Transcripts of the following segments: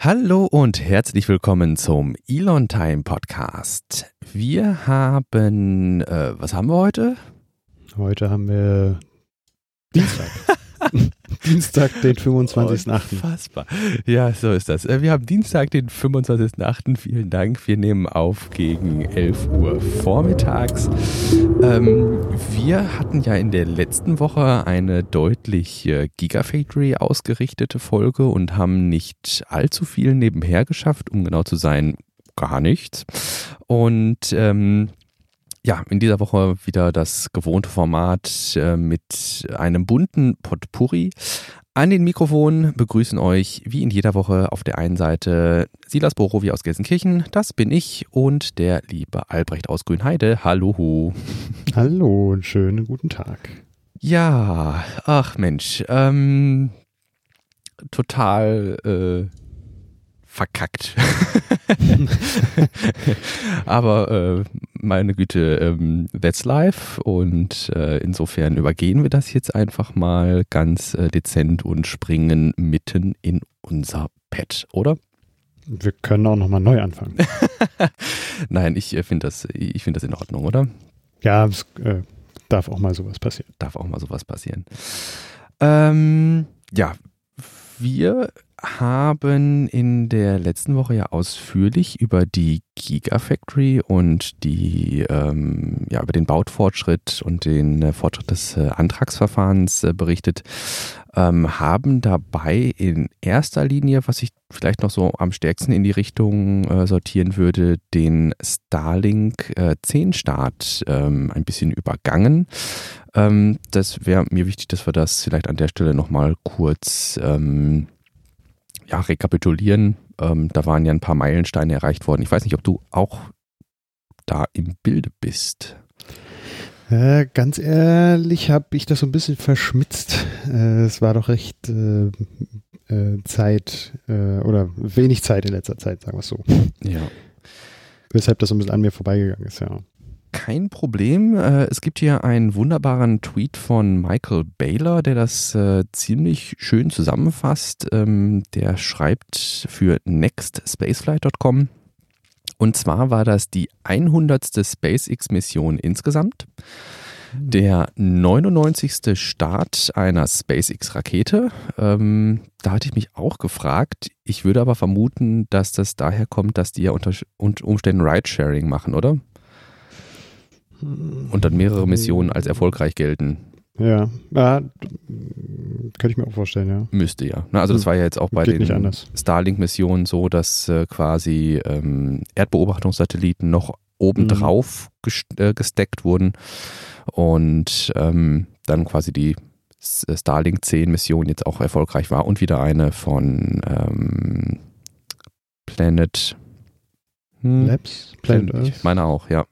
Hallo und herzlich willkommen zum Elon Time Podcast. Wir haben, was haben wir heute? Heute haben wir Dienstag. Dienstag, den 25.8. Unfassbar. Ja, so ist das. Wir haben Dienstag, den 25.8. Vielen Dank. Wir nehmen auf gegen 11 Uhr vormittags. Wir hatten ja in der letzten Woche eine deutlich Gigafactory ausgerichtete Folge und haben nicht allzu viel nebenher geschafft, um genau zu sein, gar nichts. Und ja, in dieser Woche wieder das gewohnte Format mit einem bunten Potpourri. An den Mikrofonen begrüßen euch wie in jeder Woche auf der einen Seite Silas Borowi aus Gelsenkirchen, das bin ich, und der liebe Albrecht aus Grünheide. Hallo. Hallo und schönen guten Tag. Ja, ach Mensch, total verkackt. Aber meine Güte, that's life, und insofern übergehen wir das jetzt einfach mal ganz dezent und springen mitten in unser Pad, oder? Wir können auch nochmal neu anfangen. Nein, ich finde das in Ordnung, oder? Ja, es darf auch mal sowas passieren. Ja, wir haben in der letzten Woche ja ausführlich über die Gigafactory und die, über den Baufortschritt und den Fortschritt des Antragsverfahrens berichtet, haben dabei in erster Linie, was ich vielleicht noch so am stärksten in die Richtung sortieren würde, den Starlink 10 Start ein bisschen übergangen. Das wäre mir wichtig, dass wir das vielleicht an der Stelle nochmal kurz rekapitulieren. Da waren ja ein paar Meilensteine erreicht worden. Ich weiß nicht, ob du auch da im Bilde bist. Ganz ehrlich habe ich das so ein bisschen verschmitzt. Es war doch recht Zeit oder wenig Zeit in letzter Zeit, sagen wir es so. Ja. Weshalb das so ein bisschen an mir vorbeigegangen ist, ja. Kein Problem. Es gibt hier einen wunderbaren Tweet von Michael Baylor, der das ziemlich schön zusammenfasst. Der schreibt für nextspaceflight.com. Und zwar war das die 100. SpaceX-Mission insgesamt. Der 99. Start einer SpaceX-Rakete. Da hatte ich mich auch gefragt. Ich würde aber vermuten, dass das daher kommt, dass die ja unter Umständen Ridesharing machen, oder? Und dann mehrere Missionen als erfolgreich gelten. Ja, könnte ich mir auch vorstellen, ja. Müsste ja. Also das war ja jetzt auch bei den Starlink-Missionen so, dass quasi Erdbeobachtungssatelliten noch obendrauf gesteckt wurden und dann quasi die Starlink 10 Mission jetzt auch erfolgreich war und wieder eine von Planet Labs? Planet, ich meine auch, ja.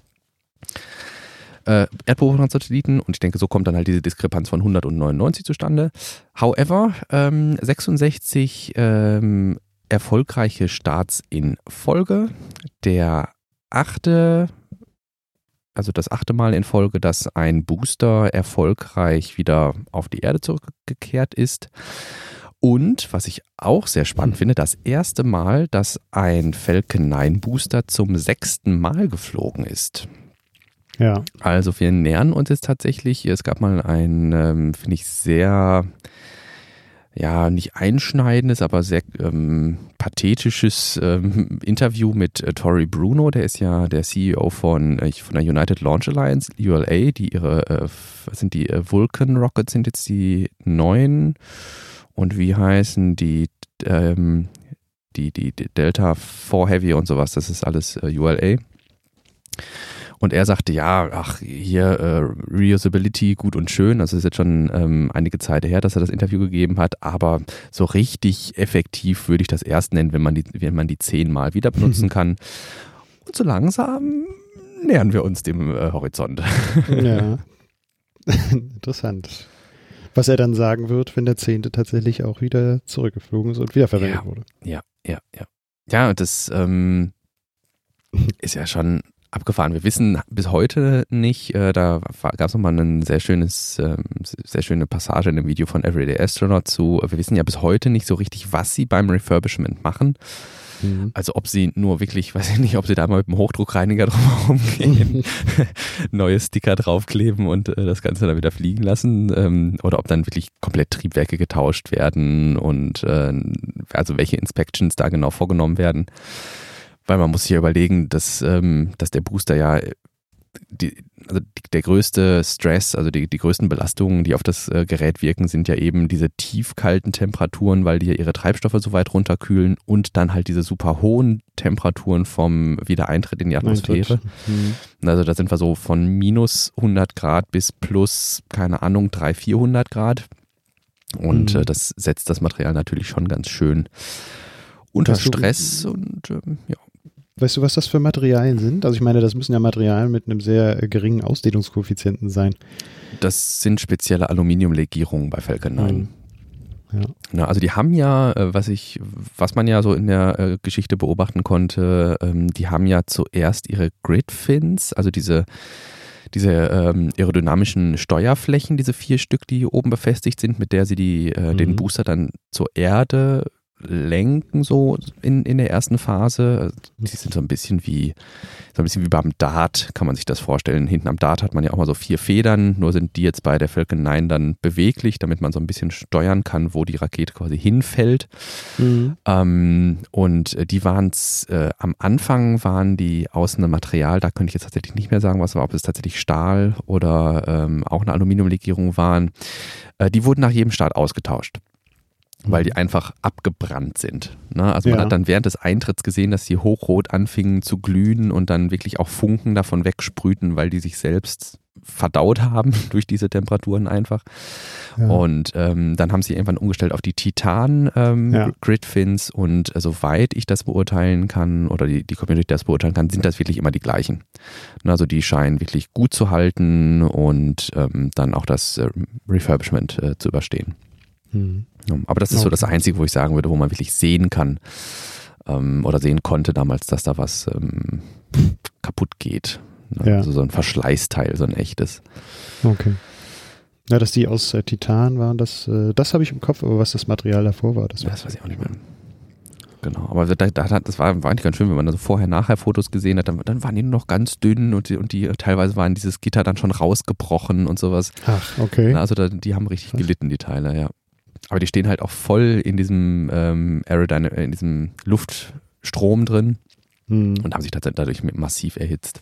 Erdbeobachtungssatelliten, und ich denke, so kommt dann halt diese Diskrepanz von 100 und 99 zustande. However, 66 erfolgreiche Starts in Folge. Das achte Mal in Folge, dass ein Booster erfolgreich wieder auf die Erde zurückgekehrt ist. Und, was ich auch sehr spannend finde, das erste Mal, dass ein Falcon 9 Booster zum 6. Mal geflogen ist. Ja. Also wir nähern uns jetzt tatsächlich, es gab mal ein, finde ich, sehr, nicht einschneidendes, aber sehr pathetisches Interview mit Tory Bruno, der ist ja der CEO von der United Launch Alliance, ULA, die Vulcan Rockets sind jetzt die neuen, und wie heißen die Delta 4 Heavy und sowas, das ist alles ULA. Und er sagte, Reusability gut und schön, also es ist jetzt schon einige Zeit her, dass er das Interview gegeben hat, aber so richtig effektiv würde ich das erst nennen, wenn man die 10 Mal wieder benutzen kann. Und so langsam nähern wir uns dem Horizont. Ja, interessant. Was er dann sagen wird, wenn der 10. tatsächlich auch wieder zurückgeflogen ist und wiederverwendet wurde. Ja, das ist ja schon abgefahren. Wir wissen bis heute nicht, da gab es nochmal ein sehr schöne Passage in dem Video von Everyday Astronaut zu. Wir wissen ja bis heute nicht so richtig, was sie beim Refurbishment machen. Mhm. Also ob sie nur wirklich, weiß ich nicht, ob sie da mal mit dem Hochdruckreiniger drumherum gehen, neue Sticker draufkleben und das Ganze dann wieder fliegen lassen, oder ob dann wirklich komplett Triebwerke getauscht werden und also welche Inspections da genau vorgenommen werden. Weil man muss sich ja überlegen, dass der Booster ja der größte Stress, also die größten Belastungen, die auf das Gerät wirken, sind ja eben diese tiefkalten Temperaturen, weil die ja ihre Treibstoffe so weit runterkühlen und dann halt diese super hohen Temperaturen vom Wiedereintritt in die Atmosphäre. Also da sind wir so von minus 100 Grad bis plus, keine Ahnung, 300, 400 Grad. Und das setzt das Material natürlich schon ganz schön unter Stress und ja. Weißt du, was das für Materialien sind? Also ich meine, das müssen ja Materialien mit einem sehr geringen Ausdehnungskoeffizienten sein. Das sind spezielle Aluminiumlegierungen bei Falcon 9. Ja. Na, also die haben ja, was man ja so in der Geschichte beobachten konnte, die haben ja zuerst ihre Grid-Fins, also diese aerodynamischen Steuerflächen, diese 4 Stück, die hier oben befestigt sind, mit der sie den Booster dann zur Erde lenken, so in der ersten Phase. Die sind so ein bisschen wie beim Dart, kann man sich das vorstellen. Hinten am Dart hat man ja auch mal so 4 Federn, nur sind die jetzt bei der Falcon 9 dann beweglich, damit man so ein bisschen steuern kann, wo die Rakete quasi hinfällt. Und die waren am Anfang waren die aus einem Material, da könnte ich jetzt tatsächlich nicht mehr sagen, was war, ob es tatsächlich Stahl oder auch eine Aluminiumlegierung waren. Die wurden nach jedem Start ausgetauscht, weil die einfach abgebrannt sind. Ne? Also man hat dann während des Eintritts gesehen, dass die hochrot anfingen zu glühen und dann wirklich auch Funken davon wegsprühten, weil die sich selbst verdaut haben durch diese Temperaturen einfach. Ja. Und dann haben sie irgendwann umgestellt auf die Titan-Grid-Fins und soweit ich das beurteilen kann oder die Community das beurteilen kann, sind das wirklich immer die gleichen. Also die scheinen wirklich gut zu halten und dann auch das Refurbishment zu überstehen. Aber das ist so das Einzige, wo ich sagen würde, wo man wirklich sehen kann oder sehen konnte damals, dass da was kaputt geht. Ne? Ja. Also so ein Verschleißteil, so ein echtes. Okay. Ja, dass die aus Titan waren, das habe ich im Kopf, aber was das Material davor war, das weiß ich auch nicht mehr. Genau, aber das war eigentlich ganz schön, wenn man da so vorher-nachher Fotos gesehen hat, dann waren die nur noch ganz dünn und die teilweise waren dieses Gitter dann schon rausgebrochen und sowas. Ach, okay. Also die haben richtig gelitten, die Teile, ja. Aber die stehen halt auch voll in diesem in diesem Luftstrom drin und haben sich dadurch massiv erhitzt.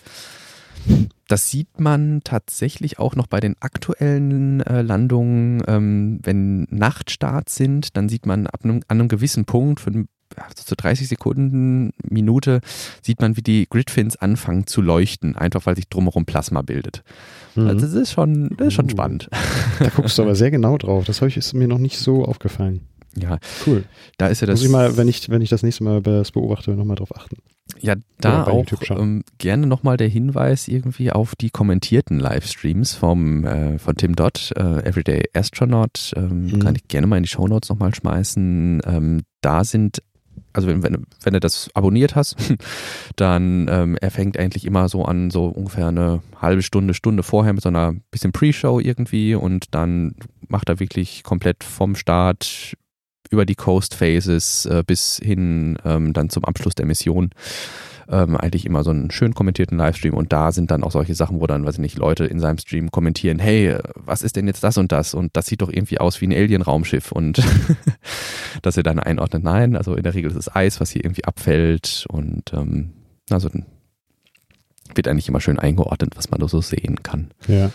Das sieht man tatsächlich auch noch bei den aktuellen Landungen, wenn Nachtstarts sind, dann sieht man an einem gewissen Punkt so 30 Sekunden, Minute, sieht man, wie die Gridfins anfangen zu leuchten, einfach weil sich drumherum Plasma bildet. Also das ist schon spannend. Da guckst du aber sehr genau drauf. Das ist mir noch nicht so aufgefallen. Ja, cool. Da ist ja das. Muss ich mal, wenn ich das nächste Mal das beobachte, nochmal drauf achten. Ja, da auch gerne nochmal der Hinweis irgendwie auf die kommentierten Livestreams von Tim Dodd, Everyday Astronaut. Kann ich gerne mal in die Shownotes nochmal schmeißen. Da sind, also wenn du das abonniert hast, dann er fängt eigentlich immer so an, so ungefähr eine halbe Stunde vorher mit so einer bisschen Pre-Show irgendwie und dann macht er wirklich komplett vom Start über die Coast Phases bis hin dann zum Abschluss der Mission eigentlich immer so einen schön kommentierten Livestream und da sind dann auch solche Sachen, wo dann, weiß ich nicht, Leute in seinem Stream kommentieren, hey, was ist denn jetzt das und das sieht doch irgendwie aus wie ein Alien-Raumschiff und dass er dann einordnet, nein, also in der Regel ist es Eis, was hier irgendwie abfällt und also wird eigentlich immer schön eingeordnet, was man da so sehen kann. Ja.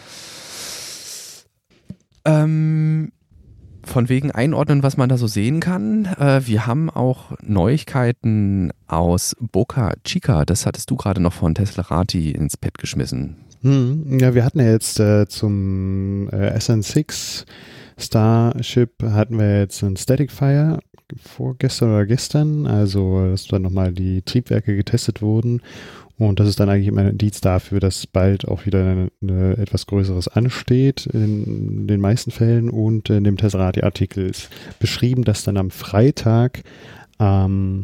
Von wegen einordnen, was man da so sehen kann. Wir haben auch Neuigkeiten aus Boca Chica. Das hattest du gerade noch von Teslarati ins Pad geschmissen. Ja, wir hatten ja jetzt zum SN6 Starship hatten wir jetzt einen Static Fire vorgestern oder gestern. Also, dass dann nochmal die Triebwerke getestet wurden. Und das ist dann eigentlich immer ein Indiz dafür, dass bald auch wieder etwas Größeres ansteht, in den meisten Fällen. Und in dem Teslarati-Artikel ist beschrieben, dass dann am Freitag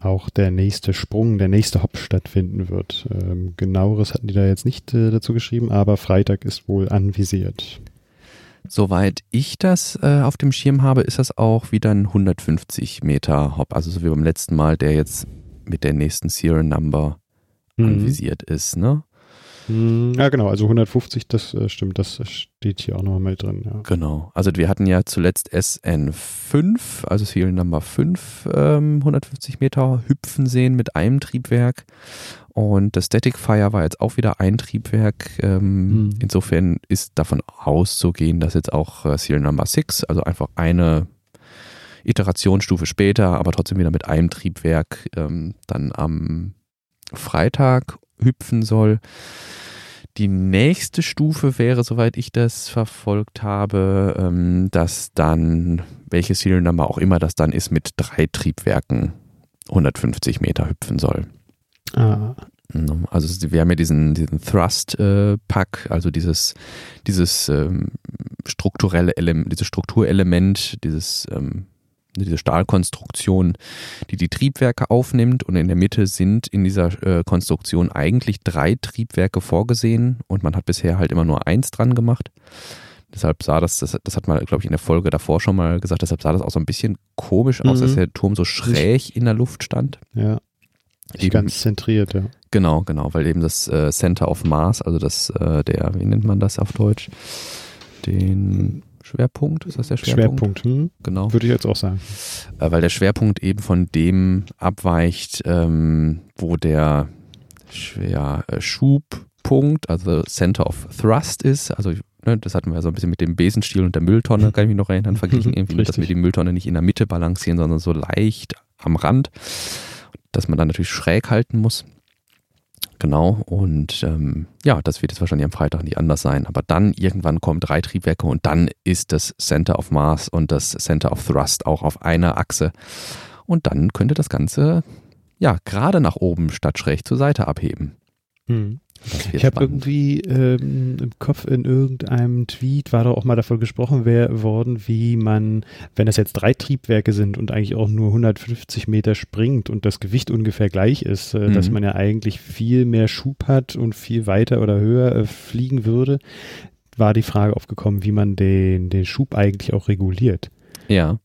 auch der nächste Sprung, der nächste Hop stattfinden wird. Genaueres hatten die da jetzt nicht dazu geschrieben, aber Freitag ist wohl anvisiert. Soweit ich das auf dem Schirm habe, ist das auch wieder ein 150 Meter Hop, also so wie beim letzten Mal, der jetzt mit der nächsten Serial Number anvisiert ist, ne? Ja, genau, also 150, das stimmt, das steht hier auch nochmal mit drin. Ja. Genau, also wir hatten ja zuletzt SN5, also Serial Number 5, 150 Meter hüpfen sehen mit einem Triebwerk und das Static Fire war jetzt auch wieder ein Triebwerk. Insofern ist davon auszugehen, dass jetzt auch Serial Number 6, also einfach eine Iterationsstufe später, aber trotzdem wieder mit einem Triebwerk dann am Freitag hüpfen soll. Die nächste Stufe wäre, soweit ich das verfolgt habe, dass dann, welche Serial Number auch immer das dann ist, mit 3 Triebwerken 150 Meter hüpfen soll. Ah. Also wir haben ja diesen Thrust-Pack, also dieses strukturelle Element, dieses Strukturelement, diese Stahlkonstruktion, die Triebwerke aufnimmt, und in der Mitte sind in dieser Konstruktion eigentlich 3 Triebwerke vorgesehen und man hat bisher halt immer nur 1 dran gemacht. Deshalb sah das hat man, glaube ich, in der Folge davor schon mal gesagt, deshalb sah das auch so ein bisschen komisch aus, dass der Turm so schräg in der Luft stand. Ja, nicht ganz zentriert, ja. Genau, weil eben das Center of Mass, also wie nennt man das auf Deutsch? Den Schwerpunkt, ist das der Schwerpunkt? Genau. Würde ich jetzt auch sagen. Weil der Schwerpunkt eben von dem abweicht, wo der Schubpunkt, also Center of Thrust ist. Also das hatten wir so ein bisschen mit dem Besenstiel und der Mülltonne, kann ich mich noch erinnern, verglichen, irgendwie, dass wir die Mülltonne nicht in der Mitte balancieren, sondern so leicht am Rand, dass man dann natürlich schräg halten muss. Genau, und das wird jetzt wahrscheinlich am Freitag nicht anders sein, aber dann irgendwann kommen 3 Triebwerke und dann ist das Center of Mass und das Center of Thrust auch auf einer Achse und dann könnte das Ganze gerade nach oben statt schräg zur Seite abheben. Ich habe irgendwie im Kopf, in irgendeinem Tweet war doch auch mal davon gesprochen worden, wie man, wenn das jetzt 3 Triebwerke sind und eigentlich auch nur 150 Meter springt und das Gewicht ungefähr gleich ist, dass man ja eigentlich viel mehr Schub hat und viel weiter oder höher fliegen würde, war die Frage aufgekommen, wie man den Schub eigentlich auch reguliert. Ja.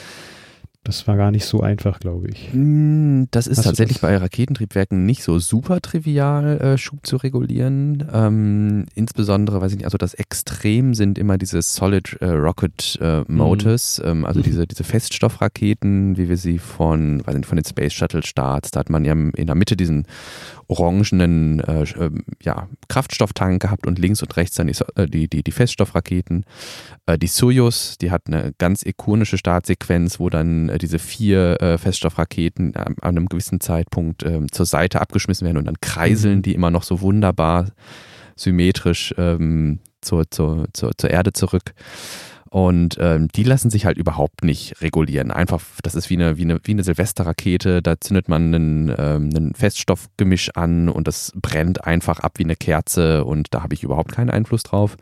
Das war gar nicht so einfach, glaube ich. Das ist tatsächlich bei Raketentriebwerken nicht so super trivial, Schub zu regulieren. Insbesondere, weiß ich nicht, also das Extrem sind immer diese Solid Rocket Motors, also diese Feststoffraketen, wie wir sie von den Space Shuttle Starts, da hat man ja in der Mitte diesen orangenen Kraftstofftank gehabt und links und rechts dann die Feststoffraketen. Die Soyuz, die hat eine ganz ikonische Startsequenz, wo dann diese 4 Feststoffraketen an einem gewissen Zeitpunkt zur Seite abgeschmissen werden und dann kreiseln die immer noch so wunderbar symmetrisch zur Erde zurück. Und die lassen sich halt überhaupt nicht regulieren. Einfach, das ist wie eine Silvesterrakete, da zündet man einen Feststoffgemisch an und das brennt einfach ab wie eine Kerze und da habe ich überhaupt keinen Einfluss drauf.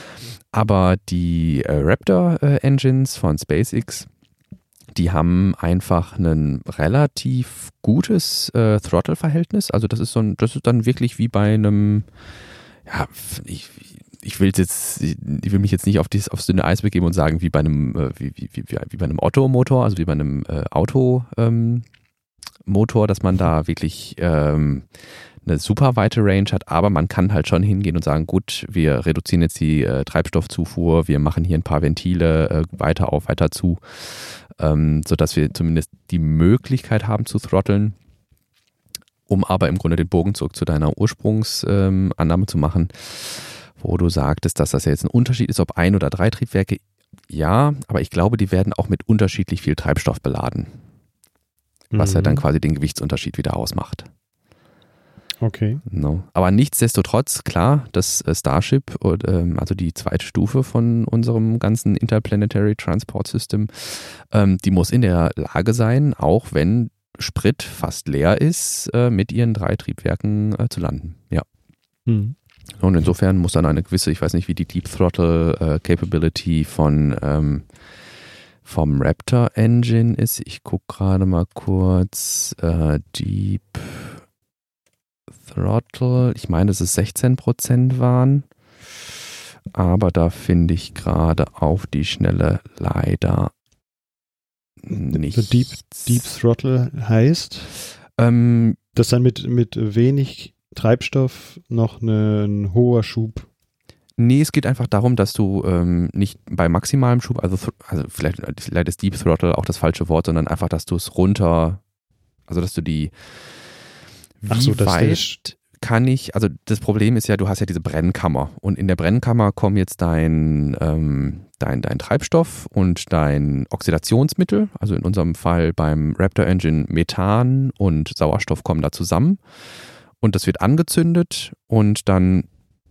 Aber die Raptor-Engines von SpaceX, die haben einfach ein relativ gutes Throttle-Verhältnis. Also das ist dann wirklich wie bei einem, ich will mich jetzt nicht aufs dünne Eis begeben und sagen, wie bei einem Otto-Motor, also wie bei einem Automotor, dass man da wirklich eine super weite Range hat, aber man kann halt schon hingehen und sagen, gut, wir reduzieren jetzt die Treibstoffzufuhr, wir machen hier ein paar Ventile weiter auf, weiter zu, sodass wir zumindest die Möglichkeit haben zu throtteln, um aber im Grunde den Bogen zurück zu deiner Ursprungsannahme zu machen, wo du sagtest, dass das ja jetzt ein Unterschied ist, ob 1 oder 3 Triebwerke. Ja, aber ich glaube, die werden auch mit unterschiedlich viel Treibstoff beladen, was ja dann quasi den Gewichtsunterschied wieder ausmacht. Okay. No. Aber nichtsdestotrotz, klar, das Starship, also die zweite Stufe von unserem ganzen Interplanetary Transport System, die muss in der Lage sein, auch wenn Sprit fast leer ist, mit ihren 3 Triebwerken zu landen. Ja. Und insofern muss dann eine gewisse, ich weiß nicht, wie die Deep Throttle Capability von vom Raptor Engine ist. Ich gucke gerade mal kurz. Deep Throttle, ich meine, dass es 16% waren. Aber da finde ich gerade auf die Schnelle leider nichts. So Deep Throttle heißt, dass dann mit wenig Treibstoff noch ein hoher Schub. Nee, es geht einfach darum, dass du nicht bei maximalem Schub, also vielleicht ist Deep Throttle auch das falsche Wort, sondern einfach, dass du es runter, also dass du die, weit kann ich, also das Problem ist ja, du hast ja diese Brennkammer und in der Brennkammer kommen jetzt dein Treibstoff und dein Oxidationsmittel, also in unserem Fall beim Raptor Engine Methan und Sauerstoff kommen da zusammen und das wird angezündet und dann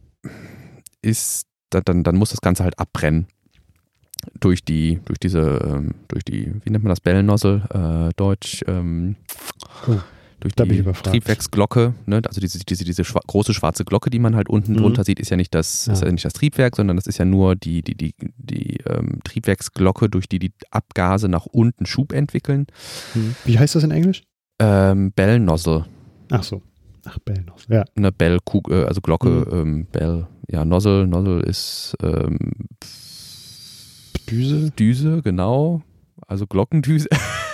muss das Ganze halt abbrennen durch die, wie nennt man das, Bell-Nozzle, Deutsch, durch die Triebwerksglocke, ne? Also diese große schwarze Glocke, die man halt unten drunter sieht, ist ja nicht das Triebwerk, sondern das ist ja nur die Triebwerksglocke, durch die Abgase nach unten Schub entwickeln. Wie heißt das in Englisch? Bell-Nozzle. Ach so. Ach, Bell-Nozzle, ja. Eine Bell-Kugel, also Glocke, Bell, ja, Nozzle ist Düse, genau. Also Glockendüse.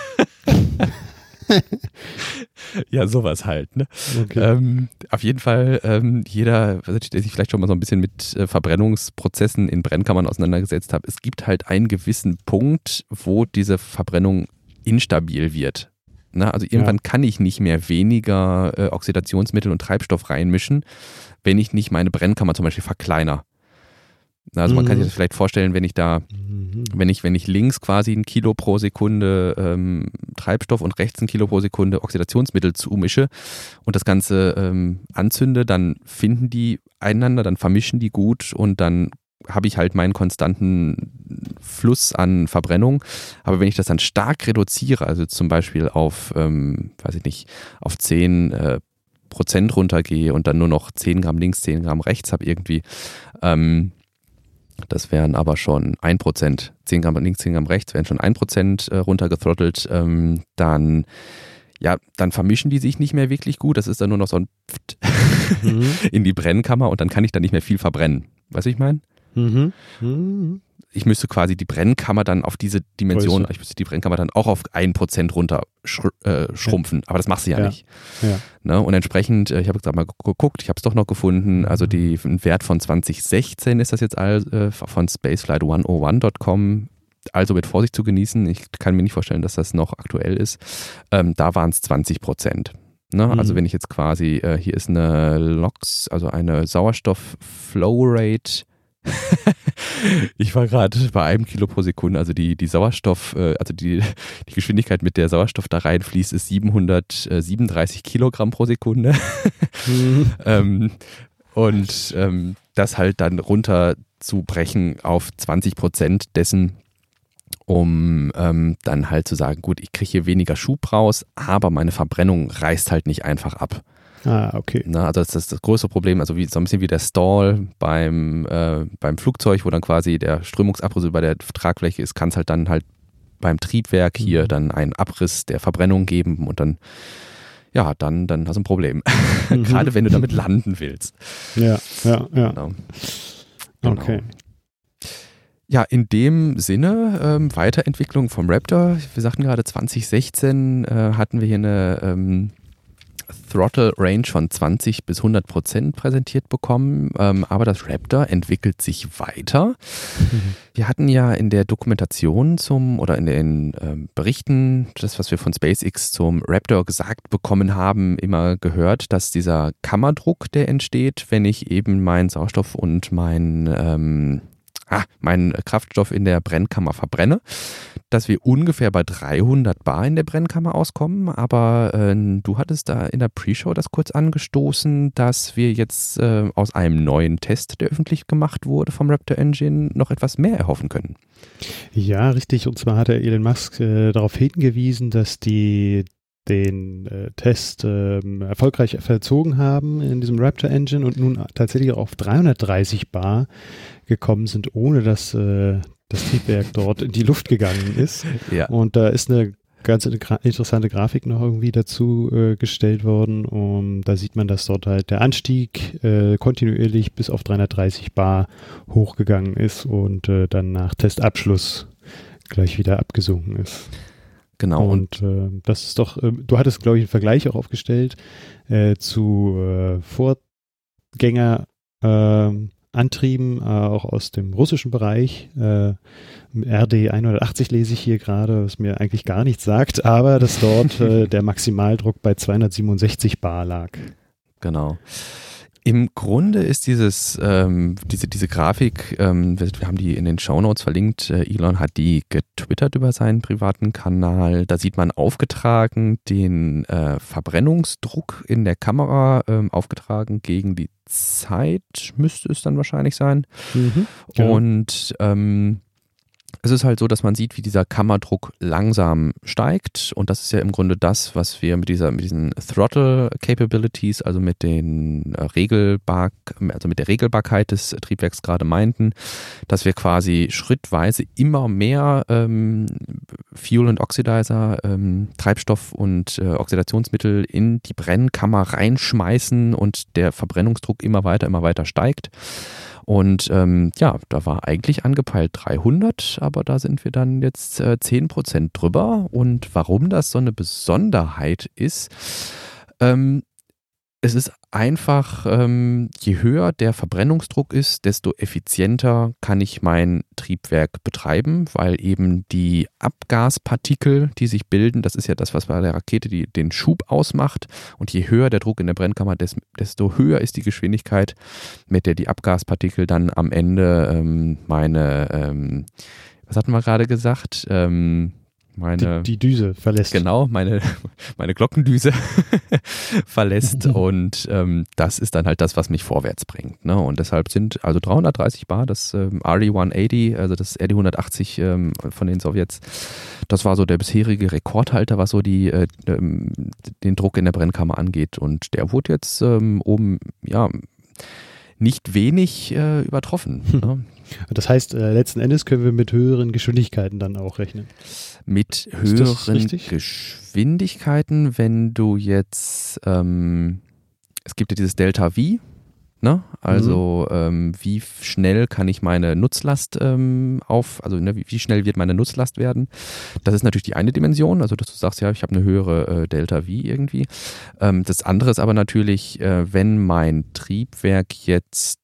Ja, sowas halt, ne? Okay. Auf jeden Fall, jeder, der sich vielleicht schon mal so ein bisschen mit Verbrennungsprozessen in Brennkammern auseinandergesetzt hat, es gibt halt einen gewissen Punkt, wo diese Verbrennung instabil wird. Na, also irgendwann kann ich nicht mehr weniger Oxidationsmittel und Treibstoff reinmischen, wenn ich nicht meine Brennkammer zum Beispiel verkleinere. Also man kann sich das vielleicht vorstellen, wenn ich links quasi 1 Kilo pro Sekunde Treibstoff und rechts 1 Kilo pro Sekunde Oxidationsmittel zumische und das Ganze anzünde, dann finden die einander, dann vermischen die gut und dann habe ich halt meinen konstanten Fluss an Verbrennung. Aber wenn ich das dann stark reduziere, also zum Beispiel auf, auf 10% runtergehe und dann nur noch 10 Gramm links, 10 Gramm rechts habe irgendwie, das wären aber schon 1%, 10 Gramm links, 10 Gramm rechts, wären schon 1% runtergethrottelt, dann vermischen die sich nicht mehr wirklich gut. Das ist dann nur noch so ein Pft in die Brennkammer und dann kann ich dann nicht mehr viel verbrennen. Weißt du, ich meine? Ich müsste quasi die Brennkammer dann auf diese Dimension, ich müsste die Brennkammer dann auch auf 1% runter schrumpfen, aber das machst du ja nicht. Ja. Ne? Und entsprechend, ich habe jetzt mal geguckt, ich habe es doch noch gefunden, also ein Wert von 2016 ist das jetzt von spaceflight101.com, also mit Vorsicht zu genießen. Ich kann mir nicht vorstellen, dass das noch aktuell ist. Da waren es 20%. Ne? Also wenn ich jetzt quasi, hier ist eine LOX, also eine Sauerstoff-Flow-Rate. Ich war gerade bei 1 Kilo pro Sekunde, also die Sauerstoff, also die Geschwindigkeit, mit der Sauerstoff da reinfließt, ist 737 Kilogramm pro Sekunde. Und das halt dann runterzubrechen auf 20% dessen, um dann halt zu sagen, gut, ich kriege hier weniger Schub raus, aber meine Verbrennung reißt halt nicht einfach ab. Ah, okay. Na, also das ist das größte Problem, also so ein bisschen wie der Stall beim Flugzeug, wo dann quasi der Strömungsabriss über der Tragfläche ist, kann es halt dann halt beim Triebwerk hier dann einen Abriss der Verbrennung geben und dann dann hast du ein Problem. Gerade wenn du damit landen willst. Ja. Genau. Okay. Ja, in dem Sinne, Weiterentwicklung vom Raptor. Wir sagten gerade 2016 hatten wir hier eine Throttle Range von 20 bis 100% präsentiert bekommen, aber das Raptor entwickelt sich weiter. Wir hatten ja in der Dokumentation oder in den Berichten, das was wir von SpaceX zum Raptor gesagt bekommen haben, immer gehört, dass dieser Kammerdruck, der entsteht, wenn ich eben meinen Sauerstoff und meinen Kraftstoff in der Brennkammer verbrenne, dass wir ungefähr bei 300 Bar in der Brennkammer auskommen, aber du hattest da in der Pre-Show das kurz angestoßen, dass wir jetzt aus einem neuen Test, der öffentlich gemacht wurde vom Raptor Engine, noch etwas mehr erhoffen können. Ja, richtig, und zwar hat der Elon Musk darauf hingewiesen, dass die den Test erfolgreich verzogen haben in diesem Raptor Engine und nun tatsächlich auf 330 Bar gekommen sind, ohne dass das Triebwerk dort in die Luft gegangen ist. Ja. Und da ist eine ganz interessante Grafik noch irgendwie dazu gestellt worden. Und da sieht man, dass dort halt der Anstieg kontinuierlich bis auf 330 Bar hochgegangen ist und dann nach Testabschluss gleich wieder abgesunken ist. Genau. Und das ist doch, du hattest, glaube ich, einen Vergleich auch aufgestellt zu Vorgängerantrieben, auch aus dem russischen Bereich. RD 180 lese ich hier gerade, was mir eigentlich gar nichts sagt, aber dass dort der Maximaldruck bei 267 Bar lag. Genau. Im Grunde ist diese Grafik, wir haben die in den Shownotes verlinkt, Elon hat die getwittert über seinen privaten Kanal. Da sieht man aufgetragen den Verbrennungsdruck in der Kamera, aufgetragen gegen die Zeit, müsste es dann wahrscheinlich sein. Genau. Und es ist halt so, dass man sieht, wie dieser Kammerdruck langsam steigt, und das ist ja im Grunde das, was wir mit diesen Throttle Capabilities, also mit den mit der Regelbarkeit des Triebwerks gerade meinten, dass wir quasi schrittweise immer mehr Fuel und Oxidizer, Treibstoff und Oxidationsmittel in die Brennkammer reinschmeißen und der Verbrennungsdruck immer weiter steigt. Und da war eigentlich angepeilt 300, aber da sind wir dann jetzt 10% drüber. Und warum das so eine Besonderheit ist, es ist einfach, je höher der Verbrennungsdruck ist, desto effizienter kann ich mein Triebwerk betreiben, weil eben die Abgaspartikel, die sich bilden, das ist ja das, was bei der Rakete den Schub ausmacht. Und je höher der Druck in der Brennkammer, desto höher ist die Geschwindigkeit, mit der die Abgaspartikel dann am Ende was hatten wir gerade gesagt? Die Düse verlässt. Genau, meine Glockendüse verlässt, und das ist dann halt das, was mich vorwärts bringt. Ne? Und deshalb sind also 330 Bar, das RE-180, also das RD-180 von den Sowjets, das war so der bisherige Rekordhalter, was so den Druck in der Brennkammer angeht. Und der wurde jetzt oben, nicht wenig übertroffen. Ne? Das heißt, letzten Endes können wir mit höheren Geschwindigkeiten dann auch rechnen. Mit höheren Geschwindigkeiten, wenn du jetzt, es gibt ja dieses Delta V, ne? Also wie schnell kann ich meine Nutzlast wie schnell wird meine Nutzlast werden? Das ist natürlich die eine Dimension, also dass du sagst, ja, ich habe eine höhere Delta V irgendwie. Das andere ist aber natürlich, wenn mein Triebwerk jetzt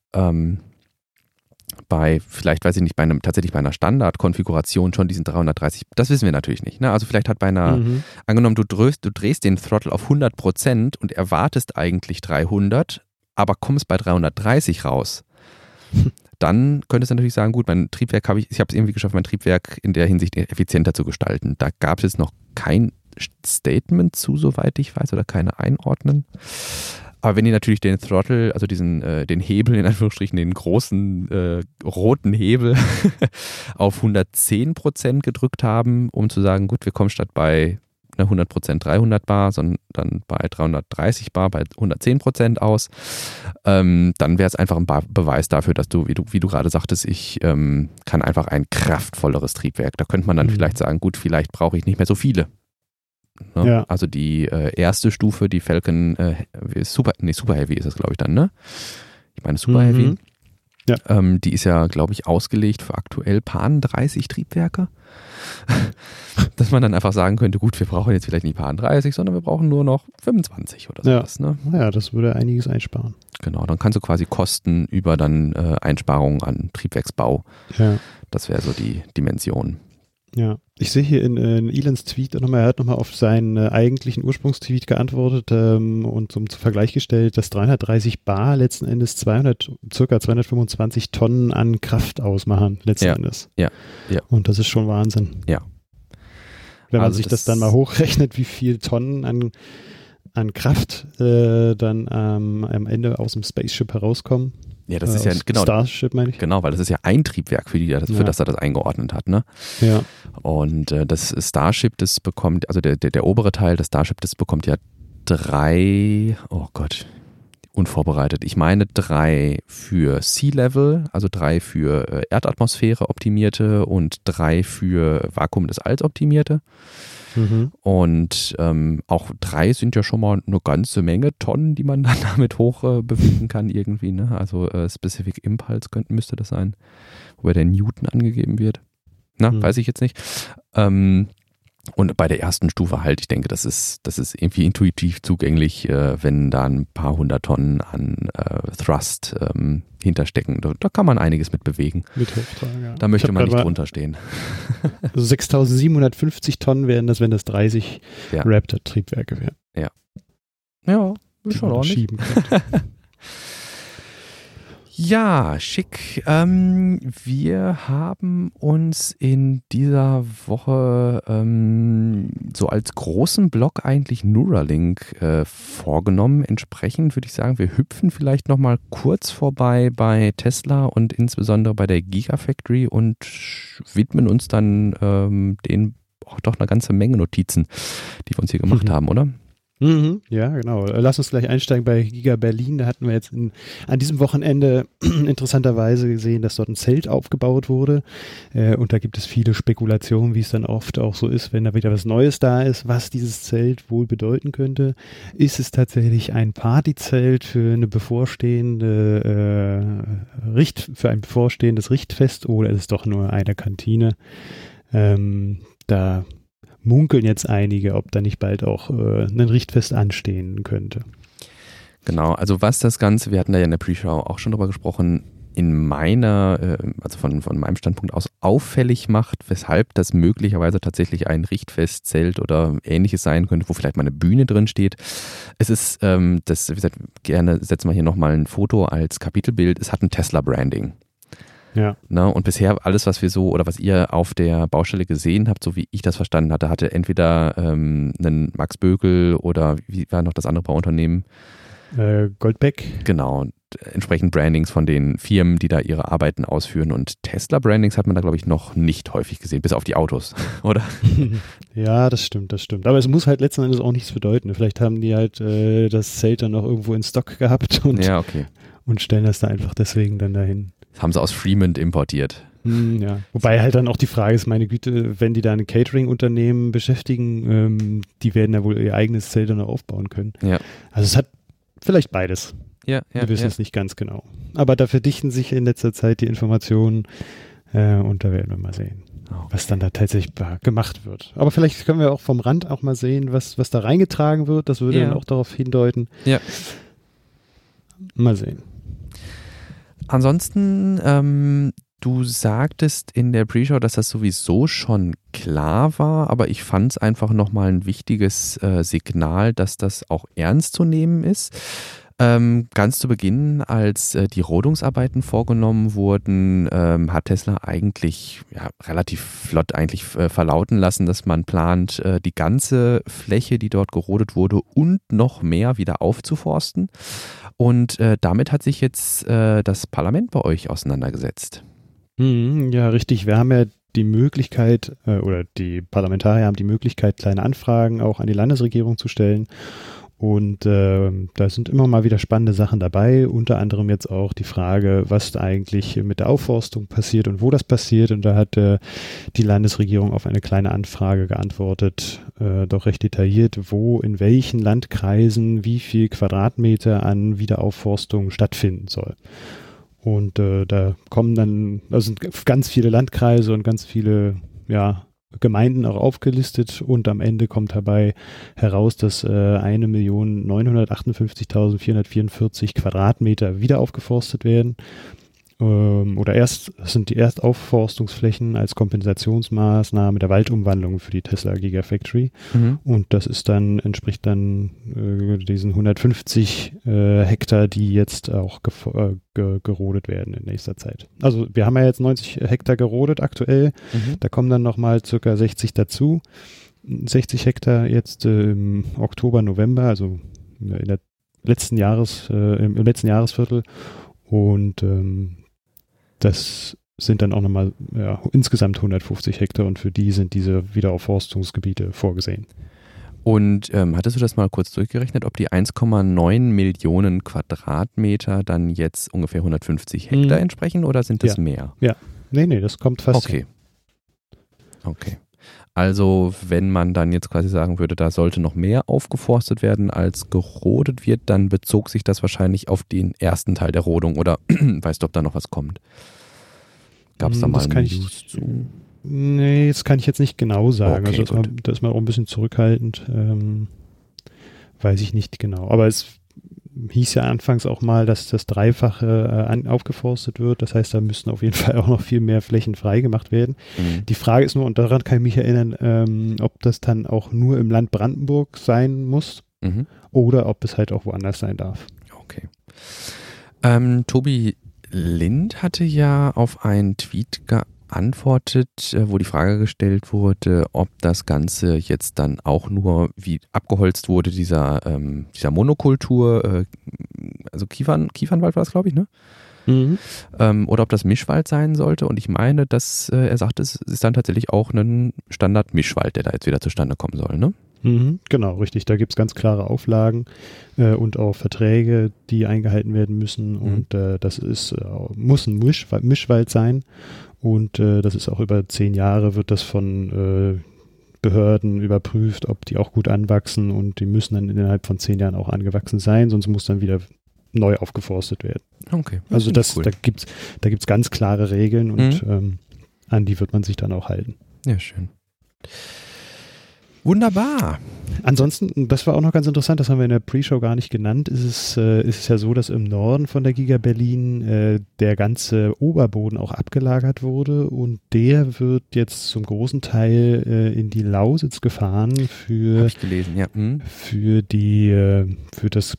tatsächlich bei einer Standardkonfiguration schon diesen 330, das wissen wir natürlich nicht. Ne? Also vielleicht hat angenommen, du drehst den Throttle auf 100% und erwartest eigentlich 300, aber kommst bei 330 raus. Dann könntest du natürlich sagen, gut, mein Triebwerk ich habe es irgendwie geschafft, mein Triebwerk in der Hinsicht effizienter zu gestalten. Da gab es jetzt noch kein Statement zu, soweit ich weiß, oder keine Einordnen. Aber wenn die natürlich den Throttle, also den Hebel, in Anführungsstrichen, den großen roten Hebel auf 110% gedrückt haben, um zu sagen, gut, wir kommen statt bei 100% 300 Bar, sondern dann bei 330 Bar, bei 110% aus, dann wäre es einfach ein Beweis dafür, dass wie du gerade sagtest, ich kann einfach ein kraftvolleres Triebwerk. Da könnte man dann vielleicht sagen, gut, vielleicht brauche ich nicht mehr so viele. Ne? Ja. Also die erste Stufe, die Falcon Super Heavy ist das, glaube ich, dann, ne? Ich meine Super Heavy. Ja. Die ist ja, glaube ich, ausgelegt für aktuell Pan 30 Triebwerke. Dass man dann einfach sagen könnte, gut, wir brauchen jetzt vielleicht nicht Pan 30, sondern wir brauchen nur noch 25 oder sowas. Ne? Ja, das würde einiges einsparen. Genau, dann kannst du quasi Kosten über dann Einsparungen an Triebwerksbau. Ja. Das wäre so die Dimension. Ja, ich sehe hier in Elons Tweet nochmal, er hat nochmal auf seinen eigentlichen Ursprungstweet geantwortet und zum Vergleich gestellt, dass 330 Bar letzten Endes circa 225 Tonnen an Kraft ausmachen, letzten Endes. Ja. Und das ist schon Wahnsinn. Ja. Wenn man sich das dann mal hochrechnet, wie viel Tonnen an Kraft dann am Ende aus dem Spaceship herauskommen. Ja, das ist ja genau. Starship, meine ich. Genau, weil das ist ja ein Triebwerk, für das er das eingeordnet hat, ne? Ja. Und das Starship, das bekommt, also der obere Teil des Starship, das bekommt ja 3, oh Gott, unvorbereitet. Ich meine 3 für Sea-Level, also 3 für Erdatmosphäre optimierte und 3 für Vakuum des Alls optimierte. Und auch 3 sind ja schon mal eine ganze Menge Tonnen, die man dann damit hoch bewegen kann irgendwie. Ne? Also Specific Impulse müsste das sein, wobei der Newton angegeben wird. Weiß ich jetzt nicht. Und bei der ersten Stufe halt, ich denke, das ist irgendwie intuitiv zugänglich, wenn da ein paar 100 Tonnen an Thrust hinterstecken. Da kann man einiges mit bewegen. Mit Hochtragen, ja. Da möchte man nicht drunter stehen. Also 6.750 Tonnen wären das, wenn das 30 Raptor-Triebwerke wären. Ja, ist schon ordentlich. Ja, schick. Wir haben uns in dieser Woche so als großen Block eigentlich Neuralink vorgenommen. Entsprechend würde ich sagen, wir hüpfen vielleicht nochmal kurz vorbei bei Tesla und insbesondere bei der Gigafactory und widmen uns dann denen auch doch eine ganze Menge Notizen, die wir uns hier gemacht haben, oder? Ja, genau. Lass uns gleich einsteigen bei Giga Berlin. Da hatten wir jetzt an diesem Wochenende interessanterweise gesehen, dass dort ein Zelt aufgebaut wurde. Und da gibt es viele Spekulationen, wie es dann oft auch so ist, wenn da wieder was Neues da ist, was dieses Zelt wohl bedeuten könnte. Ist es tatsächlich ein Partyzelt für eine für ein bevorstehendes Richtfest oder ist es doch nur eine Kantine? Da munkeln jetzt einige, ob da nicht bald auch ein Richtfest anstehen könnte. Genau, also was das Ganze, wir hatten da ja in der Pre-Show auch schon drüber gesprochen, in meiner, also von meinem Standpunkt aus auffällig macht, weshalb das möglicherweise tatsächlich ein Richtfestzelt oder ähnliches sein könnte, wo vielleicht mal eine Bühne drin steht. Es ist, wie gesagt, gerne setzen wir hier nochmal ein Foto als Kapitelbild, es hat ein Tesla-Branding. Ja. Und bisher alles, was wir so oder was ihr auf der Baustelle gesehen habt, so wie ich das verstanden hatte, hatte entweder einen Max Bögel oder wie war noch das andere Bauunternehmen? Goldbeck. Genau. Und entsprechend Brandings von den Firmen, die da ihre Arbeiten ausführen. Und Tesla-Brandings hat man da, glaube ich, noch nicht häufig gesehen, bis auf die Autos, oder? Ja, das stimmt. Aber es muss halt letzten Endes auch nichts bedeuten. Vielleicht haben die halt das Zelt dann noch irgendwo in Stock gehabt und stellen das da einfach deswegen dann dahin. Das haben sie aus Fremont importiert. Ja, wobei halt dann auch die Frage ist, meine Güte, wenn die da ein Catering-Unternehmen beschäftigen, die werden ja wohl ihr eigenes Zelt dann aufbauen können. Ja. Also es hat vielleicht beides. Wir wissen es nicht ganz genau. Aber da verdichten sich in letzter Zeit die Informationen und da werden wir mal sehen, was dann da tatsächlich gemacht wird. Aber vielleicht können wir auch vom Rand auch mal sehen, was da reingetragen wird. Das würde dann auch darauf hindeuten. Ja. Mal sehen. Ansonsten, du sagtest in der Pre-Show, dass das sowieso schon klar war, aber ich fand es einfach nochmal ein wichtiges Signal, dass das auch ernst zu nehmen ist. Ganz zu Beginn, als die Rodungsarbeiten vorgenommen wurden, hat Tesla eigentlich relativ flott eigentlich verlauten lassen, dass man plant, die ganze Fläche, die dort gerodet wurde und noch mehr wieder aufzuforsten. Und damit hat sich jetzt das Parlament bei euch auseinandergesetzt. Ja, richtig. Wir haben ja die Möglichkeit, oder die Parlamentarier haben die Möglichkeit, kleine Anfragen auch an die Landesregierung zu stellen. Und da sind immer mal wieder spannende Sachen dabei, unter anderem jetzt auch die Frage, was da eigentlich mit der Aufforstung passiert und wo das passiert. Und da hat die Landesregierung auf eine kleine Anfrage geantwortet, doch recht detailliert, wo in welchen Landkreisen wie viel Quadratmeter an Wiederaufforstung stattfinden soll. Und da kommen dann, also sind ganz viele Landkreise und ganz viele, Gemeinden auch aufgelistet und am Ende kommt dabei heraus, dass 1.958.444 Quadratmeter wieder aufgeforstet werden. Sind die Erstaufforstungsflächen als Kompensationsmaßnahme der Waldumwandlung für die Tesla Gigafactory. Und das entspricht dann diesen 150 Hektar, die jetzt auch gerodet werden in nächster Zeit. Also wir haben ja jetzt 90 Hektar gerodet aktuell. Da kommen dann nochmal circa 60 dazu. 60 Hektar jetzt im Oktober, November, also im letzten Jahresviertel. Und das sind dann auch nochmal insgesamt 150 Hektar und für die sind diese Wiederaufforstungsgebiete vorgesehen. Und hattest du das mal kurz durchgerechnet, ob die 1,9 Millionen Quadratmeter dann jetzt ungefähr 150 Hektar entsprechen oder sind das mehr? Ja, nee, das kommt fast hin. Okay. Also wenn man dann jetzt quasi sagen würde, da sollte noch mehr aufgeforstet werden, als gerodet wird, dann bezog sich das wahrscheinlich auf den ersten Teil der Rodung oder weißt du, ob da noch was kommt? Gab es da mal News zu? Nee, das kann ich jetzt nicht genau sagen. Okay, also da ist man auch ein bisschen zurückhaltend. Weiß ich nicht genau. Aber es hieß ja anfangs auch mal, dass das Dreifache aufgeforstet wird. Das heißt, da müssten auf jeden Fall auch noch viel mehr Flächen freigemacht werden. Die Frage ist nur, und daran kann ich mich erinnern, ob das dann auch nur im Land Brandenburg sein muss oder ob es halt auch woanders sein darf. Okay. Tobi Lind hatte ja auf einen Tweet geantwortet, wo die Frage gestellt wurde, ob das Ganze jetzt dann auch nur wie abgeholzt wurde, dieser Monokultur, also Kiefernwald war das, glaube ich, ne? Oder ob das Mischwald sein sollte. Und ich meine, dass er sagt, es ist dann tatsächlich auch ein Standard-Mischwald, der da jetzt wieder zustande kommen soll, ne? Genau, richtig. Da gibt es ganz klare Auflagen und auch Verträge, die eingehalten werden müssen. Und das muss ein Mischwald sein. Und das ist auch über 10 Jahre, wird das von Behörden überprüft, ob die auch gut anwachsen. Und die müssen dann innerhalb von 10 Jahren auch angewachsen sein, sonst muss dann wieder neu aufgeforstet werden. Okay. Also cool. Da gibt's ganz klare Regeln und an die wird man sich dann auch halten. Ja, schön. Wunderbar. Ansonsten, das war auch noch ganz interessant, das haben wir in der Pre-Show gar nicht genannt, ist es ja so, dass im Norden von der Giga Berlin der ganze Oberboden auch abgelagert wurde und der wird jetzt zum großen Teil in die Lausitz gefahren für, hab ich gelesen, ja. für das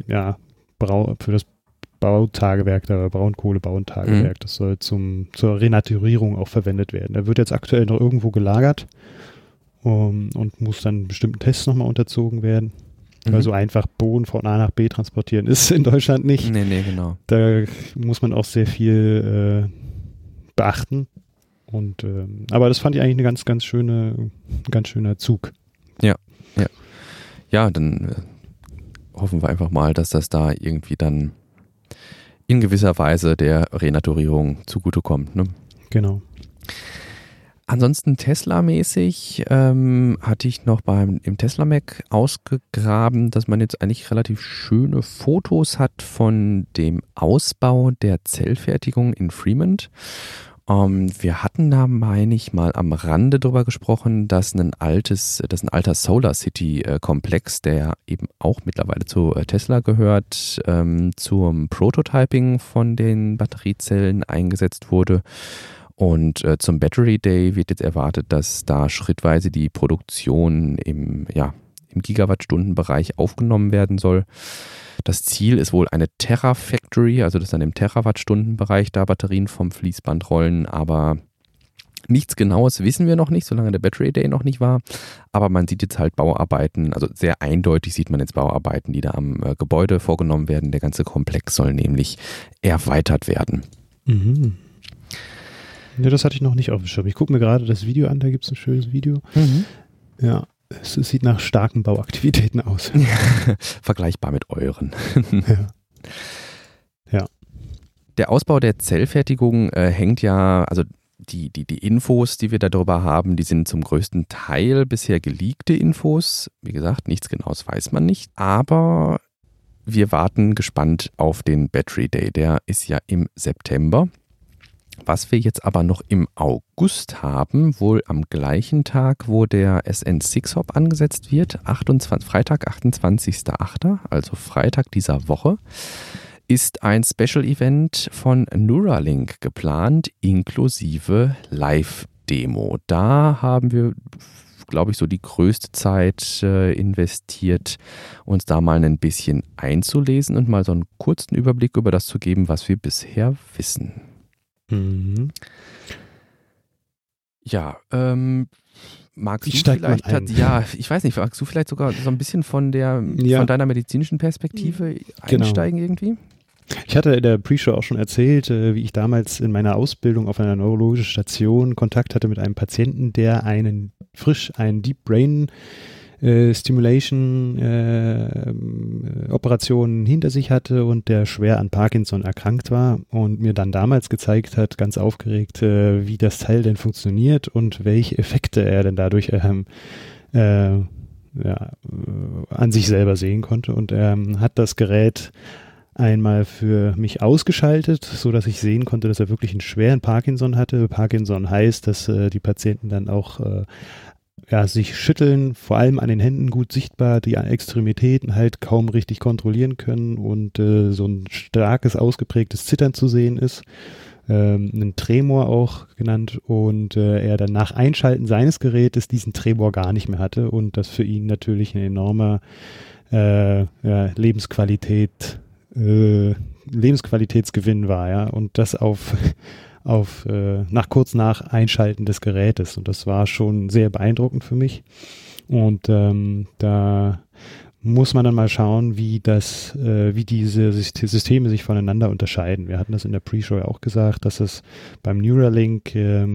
Bautagewerk, der Braunkohlebauentagewerk. Das soll zur Renaturierung auch verwendet werden. Da wird jetzt aktuell noch irgendwo gelagert. Und muss dann bestimmten Tests nochmal unterzogen werden. Weil so einfach Boden von A nach B transportieren ist in Deutschland nicht. Nee, genau. Da muss man auch sehr viel beachten. Aber das fand ich eigentlich ein ganz schöner Zug. Ja, dann hoffen wir einfach mal, dass das da irgendwie dann in gewisser Weise der Renaturierung zugutekommt, ne? Genau. Ansonsten Tesla-mäßig hatte ich noch im Tesla Mac ausgegraben, dass man jetzt eigentlich relativ schöne Fotos hat von dem Ausbau der Zellfertigung in Fremont. Wir hatten da, meine ich, mal am Rande drüber gesprochen, dass ein alter Solar City Komplex, der eben auch mittlerweile zu Tesla gehört, zum Prototyping von den Batteriezellen eingesetzt wurde. Und zum Battery Day wird jetzt erwartet, dass da schrittweise die Produktion im Gigawattstundenbereich aufgenommen werden soll. Das Ziel ist wohl eine Terafactory, also dass dann im Terawattstundenbereich da Batterien vom Fließband rollen, aber nichts Genaues wissen wir noch nicht, solange der Battery Day noch nicht war. Aber man sieht jetzt halt Bauarbeiten, also sehr eindeutig sieht man jetzt Bauarbeiten, die da am Gebäude vorgenommen werden. Der ganze Komplex soll nämlich erweitert werden. Mhm. Ja, das hatte ich noch nicht auf dem Schirm. Ich gucke mir gerade das Video an, da gibt es ein schönes Video. Ja, es sieht nach starken Bauaktivitäten aus. Vergleichbar mit euren. Ja. Der Ausbau der Zellfertigung hängt ja, also die Infos, die wir darüber haben, die sind zum größten Teil bisher geleakte Infos. Wie gesagt, nichts Genaues weiß man nicht, aber wir warten gespannt auf den Battery Day. Der ist ja im September. Was wir jetzt aber noch im August haben, wohl am gleichen Tag, wo der SN6 Hop angesetzt wird, Freitag, 28.08., also Freitag dieser Woche, ist ein Special Event von Neuralink geplant, inklusive Live-Demo. Da haben wir, glaube ich, so die größte Zeit investiert, uns da mal ein bisschen einzulesen und mal so einen kurzen Überblick über das zu geben, was wir bisher wissen. Ja, magst du vielleicht, ich weiß nicht, magst du vielleicht sogar so ein bisschen von deiner medizinischen Perspektive einsteigen irgendwie? Ich hatte in der Pre-Show auch schon erzählt, wie ich damals in meiner Ausbildung auf einer neurologischen Station Kontakt hatte mit einem Patienten, der einen Deep Brain Stimulation-Operationen hinter sich hatte und der schwer an Parkinson erkrankt war und mir dann damals gezeigt hat, ganz aufgeregt, wie das Teil denn funktioniert und welche Effekte er denn dadurch an sich selber sehen konnte. Und er hat das Gerät einmal für mich ausgeschaltet, so dass ich sehen konnte, dass er wirklich einen schweren Parkinson hatte. Parkinson heißt, dass die Patienten dann auch sich schütteln, vor allem an den Händen gut sichtbar, die Extremitäten halt kaum richtig kontrollieren können und so ein starkes, ausgeprägtes Zittern zu sehen ist. Einen Tremor auch genannt und er dann nach Einschalten seines Gerätes diesen Tremor gar nicht mehr hatte und das für ihn natürlich ein enormer Lebensqualitätsgewinn war, ja, und das kurz nach Einschalten des Gerätes und das war schon sehr beeindruckend für mich und da muss man dann mal schauen, wie diese Systeme sich voneinander unterscheiden. Wir hatten das in der Pre-Show ja auch gesagt, dass es beim Neuralink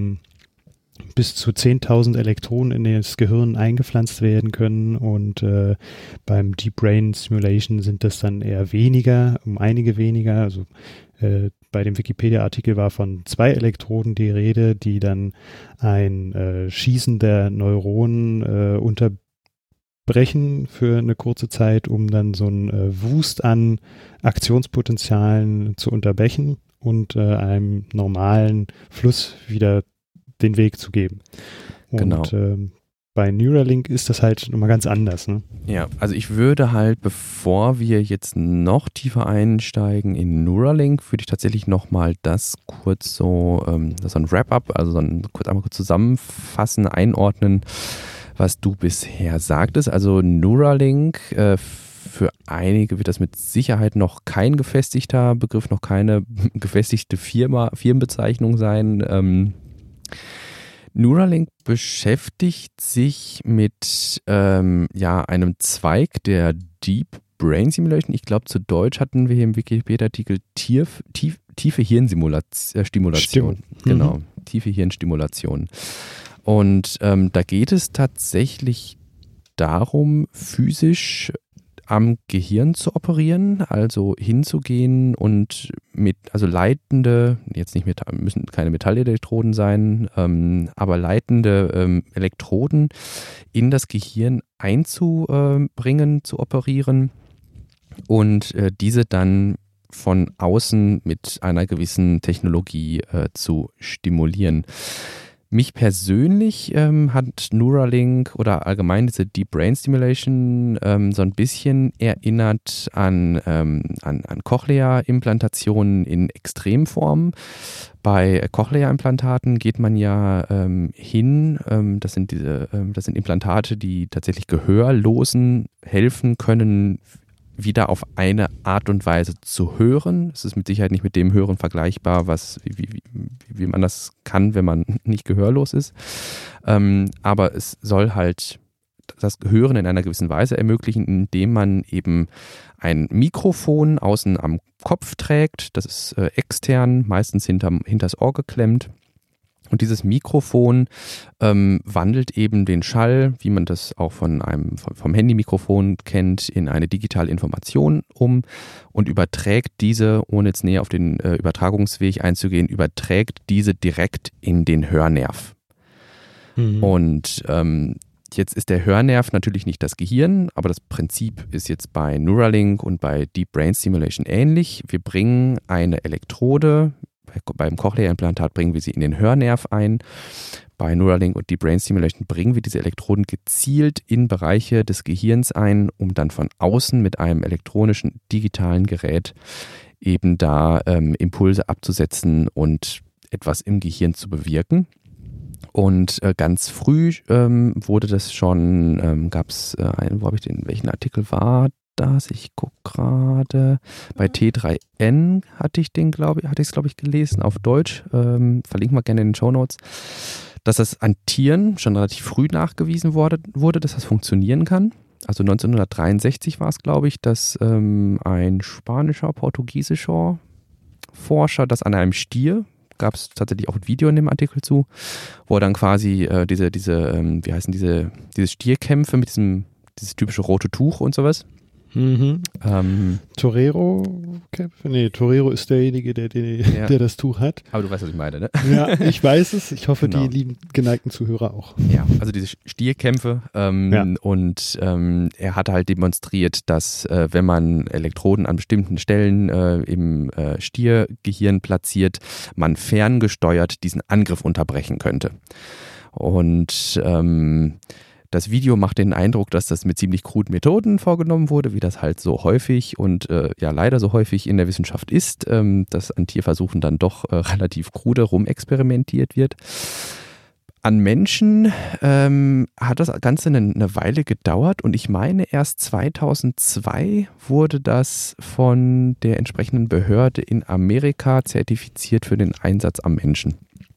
bis zu 10.000 Elektronen in das Gehirn eingepflanzt werden können und beim Deep Brain Stimulation sind das dann eher weniger, um einige weniger. Also bei dem Wikipedia-Artikel war von 2 Elektroden die Rede, die dann ein Schießen der Neuronen unterbrechen für eine kurze Zeit, um dann so einen Wust an Aktionspotenzialen zu unterbrechen und einem normalen Fluss wieder den Weg zu geben. Und bei Neuralink ist das halt nochmal ganz anders. Ne? Ja, also ich würde halt, bevor wir jetzt noch tiefer einsteigen in Neuralink, würde ich tatsächlich nochmal das kurz so ein Wrap-up, also einmal kurz zusammenfassen, einordnen, was du bisher sagtest. Also Neuralink, für einige wird das mit Sicherheit noch kein gefestigter Begriff, noch keine gefestigte Firmenbezeichnung sein. Neuralink beschäftigt sich mit einem Zweig der Deep Brain Simulation. Ich glaube, zu Deutsch hatten wir hier im Wikipedia-Artikel tiefe Hirnstimulation. Genau, tiefe Hirnstimulation. Und da geht es tatsächlich darum, physisch am Gehirn zu operieren, also hinzugehen und leitende, müssen keine Metallelektroden sein, aber leitende Elektroden in das Gehirn einzubringen, zu operieren und diese dann von außen mit einer gewissen Technologie zu stimulieren. Mich persönlich hat Neuralink oder allgemein diese Deep Brain Stimulation so ein bisschen erinnert an Cochlea-Implantationen in Extremform. Bei Cochlea-Implantaten geht man ja hin, das sind Implantate, die tatsächlich Gehörlosen helfen können, wieder auf eine Art und Weise zu hören. Es ist mit Sicherheit nicht mit dem Hören vergleichbar, wie man das kann, wenn man nicht gehörlos ist. Aber es soll halt das Hören in einer gewissen Weise ermöglichen, indem man eben ein Mikrofon außen am Kopf trägt. Das ist extern, meistens hinters Ohr geklemmt. Und dieses Mikrofon wandelt eben den Schall, wie man das auch vom Handy-Mikrofon kennt, in eine digitale Information um und überträgt diese, ohne jetzt näher auf den Übertragungsweg einzugehen, überträgt diese direkt in den Hörnerv. Mhm. Und jetzt ist der Hörnerv natürlich nicht das Gehirn, aber das Prinzip ist jetzt bei Neuralink und bei Deep Brain Stimulation ähnlich. Wir bringen eine Elektrode, beim Cochlea-Implantat bringen wir sie in den Hörnerv ein. Bei Neuralink und Deep Brain Stimulation bringen wir diese Elektroden gezielt in Bereiche des Gehirns ein, um dann von außen mit einem elektronischen digitalen Gerät eben da Impulse abzusetzen und etwas im Gehirn zu bewirken. Und ganz früh wurde das schon, gab es welchen Artikel war das? Ich gucke gerade. Bei T3N hatte ich es, glaube ich, gelesen, auf Deutsch. Verlinken wir gerne in den Shownotes. Dass das an Tieren schon relativ früh nachgewiesen wurde, dass das funktionieren kann. Also 1963 war es, glaube ich, dass ein portugiesischer Forscher das an einem Stier, gab es tatsächlich auch ein Video in dem Artikel zu, wo er dann quasi diese Stierkämpfe mit diesem dieses typische rote Tuch und sowas. Mhm. Torero? Nee, Torero ist derjenige, der das Tuch hat. Aber du weißt, was ich meine, ne? Ja, ich weiß es. Ich hoffe, Genau. die lieben geneigten Zuhörer auch. Ja, also diese Stierkämpfe und er hat halt demonstriert, dass wenn man Elektroden an bestimmten Stellen im Stiergehirn platziert, man ferngesteuert diesen Angriff unterbrechen könnte. Und das Video macht den Eindruck, dass das mit ziemlich kruden Methoden vorgenommen wurde, wie das halt so häufig und leider so häufig in der Wissenschaft ist, dass an Tierversuchen dann doch relativ krude rumexperimentiert wird. An Menschen hat das Ganze eine Weile gedauert und ich meine erst 2002 wurde das von der entsprechenden Behörde in Amerika zertifiziert für den Einsatz am Menschen.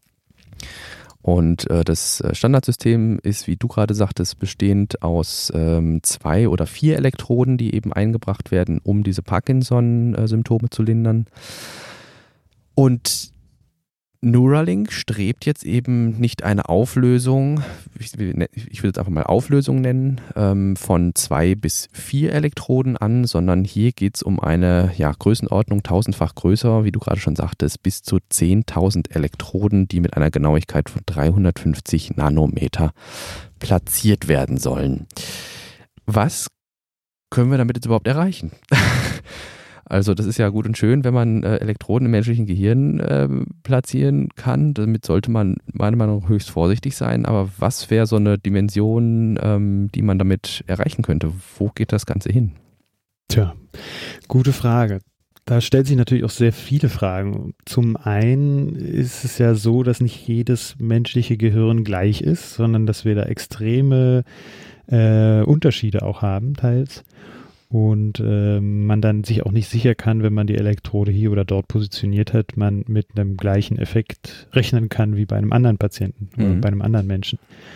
Und das Standardsystem ist, wie du gerade sagtest, bestehend aus 2 oder 4 Elektroden, die eben eingebracht werden, um diese Parkinson-Symptome zu lindern. Und Neuralink strebt jetzt eben nicht eine Auflösung, ich würde jetzt einfach mal Auflösung nennen, von 2 bis 4 Elektroden an, sondern hier geht es um eine Größenordnung 1000-fach größer, wie du gerade schon sagtest, bis zu 10.000 Elektroden, die mit einer Genauigkeit von 350 Nanometer platziert werden sollen. Was können wir damit jetzt überhaupt erreichen? Also das ist ja gut und schön, wenn man Elektroden im menschlichen Gehirn platzieren kann. Damit sollte man meiner Meinung nach höchst vorsichtig sein. Aber was wäre so eine Dimension, die man damit erreichen könnte? Wo geht das Ganze hin? Tja, gute Frage. Da stellt sich natürlich auch sehr viele Fragen. Zum einen ist es ja so, dass nicht jedes menschliche Gehirn gleich ist, sondern dass wir da extreme Unterschiede auch haben teils. Und man dann sich auch nicht sicher kann, wenn man die Elektrode hier oder dort positioniert hat, man mit einem gleichen Effekt rechnen kann wie bei einem anderen Patienten oder bei einem anderen Menschen.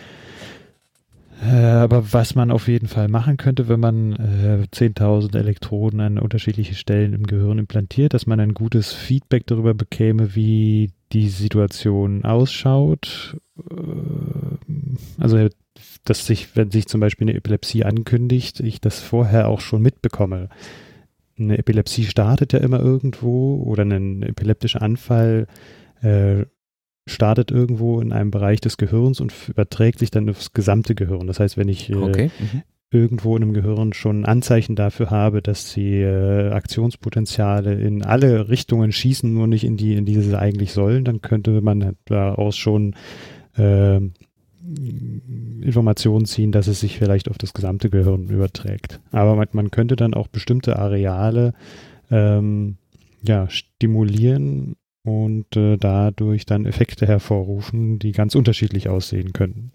Aber was man auf jeden Fall machen könnte, wenn man 10.000 Elektroden an unterschiedliche Stellen im Gehirn implantiert, dass man ein gutes Feedback darüber bekäme, wie die Situation ausschaut. Also dass wenn sich zum Beispiel eine Epilepsie ankündigt, ich das vorher auch schon mitbekomme. Eine Epilepsie startet ja immer irgendwo oder ein epileptischer Anfall startet irgendwo in einem Bereich des Gehirns und überträgt sich dann aufs gesamte Gehirn. Das heißt, wenn ich irgendwo in einem Gehirn schon Anzeichen dafür habe, dass die Aktionspotenziale in alle Richtungen schießen, nur nicht in die sie eigentlich sollen, dann könnte man daraus schon Informationen ziehen, dass es sich vielleicht auf das gesamte Gehirn überträgt. Aber man könnte dann auch bestimmte Areale stimulieren und dadurch dann Effekte hervorrufen, die ganz unterschiedlich aussehen könnten.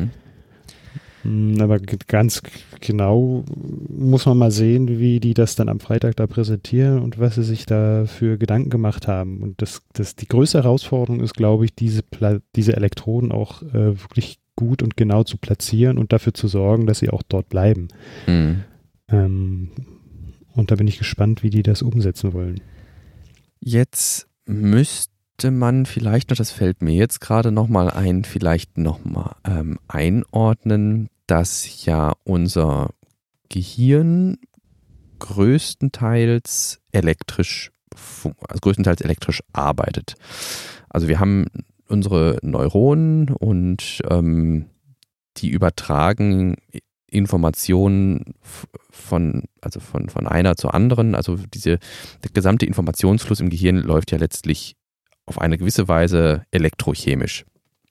Aber ganz genau muss man mal sehen, wie die das dann am Freitag da präsentieren und was sie sich da für Gedanken gemacht haben. Und die größte Herausforderung ist, glaube ich, diese Elektroden auch wirklich gut und genau zu platzieren und dafür zu sorgen, dass sie auch dort bleiben. Und da bin ich gespannt, wie die das umsetzen wollen. Jetzt müsste man vielleicht noch, das fällt mir jetzt gerade nochmal ein, vielleicht nochmal einordnen, dass ja unser Gehirn größtenteils elektrisch arbeitet. Also wir haben unsere Neuronen und die übertragen Informationen von einer zur anderen. Also der gesamte Informationsfluss im Gehirn läuft ja letztlich auf eine gewisse Weise elektrochemisch.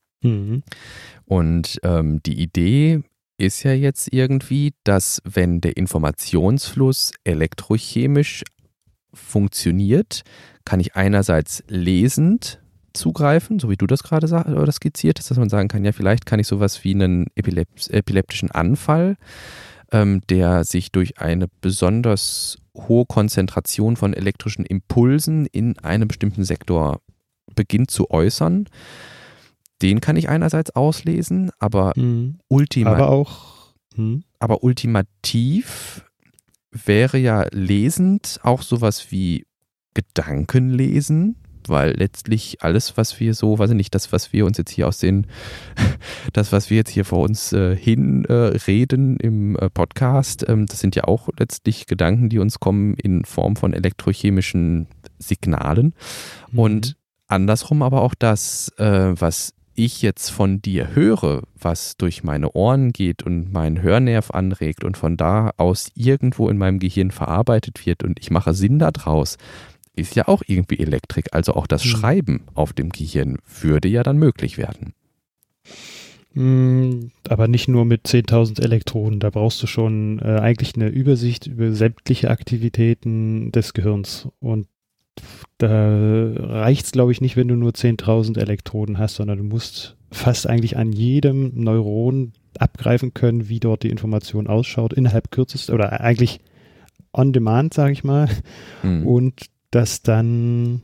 Und die Idee ist ja jetzt irgendwie, dass wenn der Informationsfluss elektrochemisch funktioniert, kann ich einerseits lesend zugreifen, so wie du das gerade skizziert hast, dass man sagen kann, ja, vielleicht kann ich sowas wie einen epileptischen Anfall, der sich durch eine besonders hohe Konzentration von elektrischen Impulsen in einem bestimmten Sektor beginnt zu äußern. Den kann ich einerseits auslesen, aber ultimativ wäre ja lesend auch sowas wie Gedankenlesen, weil letztlich alles, was wir so, weiß ich nicht, das, was wir uns jetzt hier das, was wir jetzt hier vor uns reden im Podcast, das sind ja auch letztlich Gedanken, die uns kommen in Form von elektrochemischen Signalen. Und andersrum aber auch das, was ich jetzt von dir höre, was durch meine Ohren geht und meinen Hörnerv anregt und von da aus irgendwo in meinem Gehirn verarbeitet wird und ich mache Sinn daraus, ist ja auch irgendwie Elektrik. Also auch das Schreiben auf dem Gehirn würde ja dann möglich werden. Aber nicht nur mit 10.000 Elektroden. Da brauchst du schon eigentlich eine Übersicht über sämtliche Aktivitäten des Gehirns. Und da reicht es, glaube ich, nicht, wenn du nur 10.000 Elektroden hast, sondern du musst fast eigentlich an jedem Neuron abgreifen können, wie dort die Information ausschaut, innerhalb kürzester oder eigentlich on demand, sage ich mal. Und das dann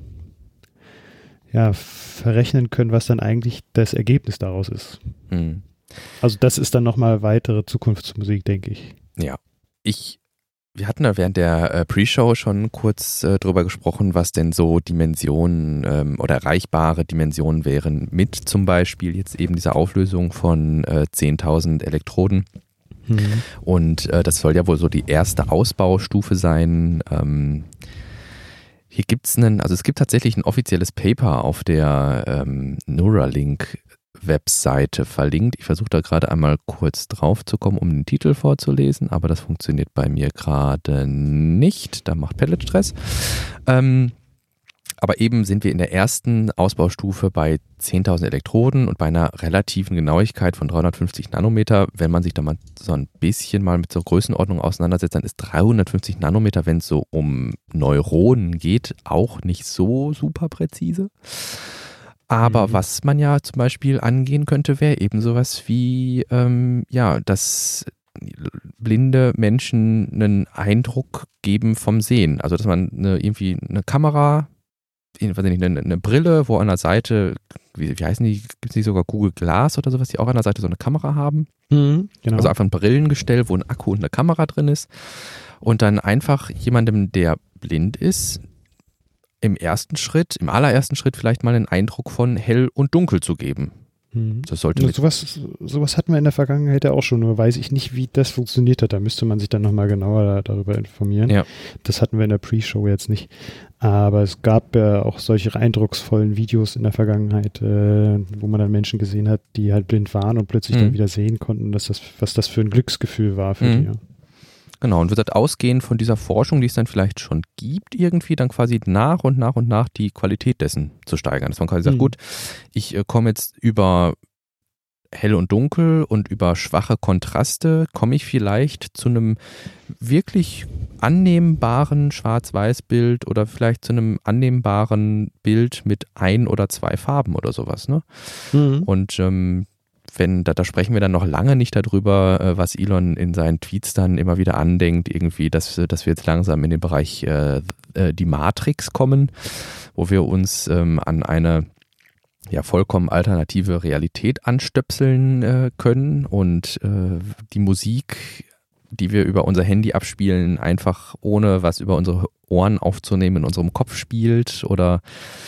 verrechnen können, was dann eigentlich das Ergebnis daraus ist. Also das ist dann nochmal weitere Zukunftsmusik, denke ich. Ja, wir hatten da während der Pre-Show schon kurz drüber gesprochen, was denn so Dimensionen oder erreichbare Dimensionen wären mit zum Beispiel jetzt eben dieser Auflösung von 10.000 Elektroden. Und das soll ja wohl so die erste Ausbaustufe sein. Hier gibt es gibt tatsächlich ein offizielles Paper auf der Neuralink-Webseite verlinkt. Ich versuche da gerade einmal kurz drauf zu kommen, um den Titel vorzulesen, aber das funktioniert bei mir gerade nicht. Da macht Pellet Stress. Aber eben sind wir in der ersten Ausbaustufe bei 10.000 Elektroden und bei einer relativen Genauigkeit von 350 Nanometer. Wenn man sich da mal so ein bisschen mal mit so Größenordnung auseinandersetzt, dann ist 350 Nanometer, wenn es so um Neuronen geht, auch nicht so super präzise. Aber was man ja zum Beispiel angehen könnte, wäre eben sowas wie, dass blinde Menschen einen Eindruck geben vom Sehen. Also dass man irgendwie eine Kamera, eine Brille, wo an der Seite, wie heißen die, gibt es nicht sogar Google Glass oder sowas, die auch an der Seite so eine Kamera haben? Genau. Also einfach ein Brillengestell, wo ein Akku und eine Kamera drin ist und dann einfach jemandem, der blind ist, im allerersten Schritt vielleicht mal einen Eindruck von hell und dunkel zu geben. Das sollte sowas hatten wir in der Vergangenheit ja auch schon, nur weiß ich nicht, wie das funktioniert hat. Da müsste man sich dann nochmal genauer darüber informieren. Ja. Das hatten wir in der Pre-Show jetzt nicht. Aber es gab ja auch solche eindrucksvollen Videos in der Vergangenheit, wo man dann Menschen gesehen hat, die halt blind waren und plötzlich dann wieder sehen konnten, was das für ein Glücksgefühl war für die. Ja. Genau, und wird ausgehend von dieser Forschung, die es dann vielleicht schon gibt, irgendwie dann quasi nach und nach die Qualität dessen zu steigern. Dass man quasi sagt, gut, ich komme jetzt über hell und dunkel und über schwache Kontraste, komme ich vielleicht zu einem wirklich annehmbaren Schwarz-Weiß-Bild oder vielleicht zu einem annehmbaren Bild mit 1 oder 2 Farben oder sowas. Ne? Und da sprechen wir dann noch lange nicht darüber, was Elon in seinen Tweets dann immer wieder andenkt, irgendwie, dass wir jetzt langsam in den Bereich die Matrix kommen, wo wir uns an eine vollkommen alternative Realität anstöpseln können und die Musik, die wir über unser Handy abspielen, einfach ohne was über unsere Ohren aufzunehmen, in unserem Kopf spielt oder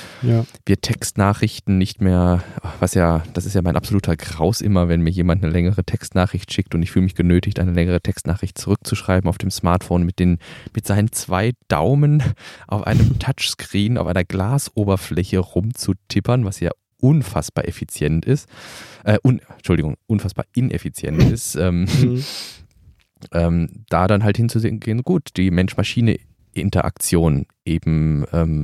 wir Textnachrichten nicht mehr, das ist ja mein absoluter Graus immer, wenn mir jemand eine längere Textnachricht schickt und ich fühle mich genötigt, eine längere Textnachricht zurückzuschreiben auf dem Smartphone mit seinen 2 Daumen auf einem Touchscreen, auf einer Glasoberfläche rumzutippern, was ja unfassbar effizient ist, unfassbar ineffizient ist, da dann halt hinzusehen, gut, die Mensch-Maschine-Interaktion eben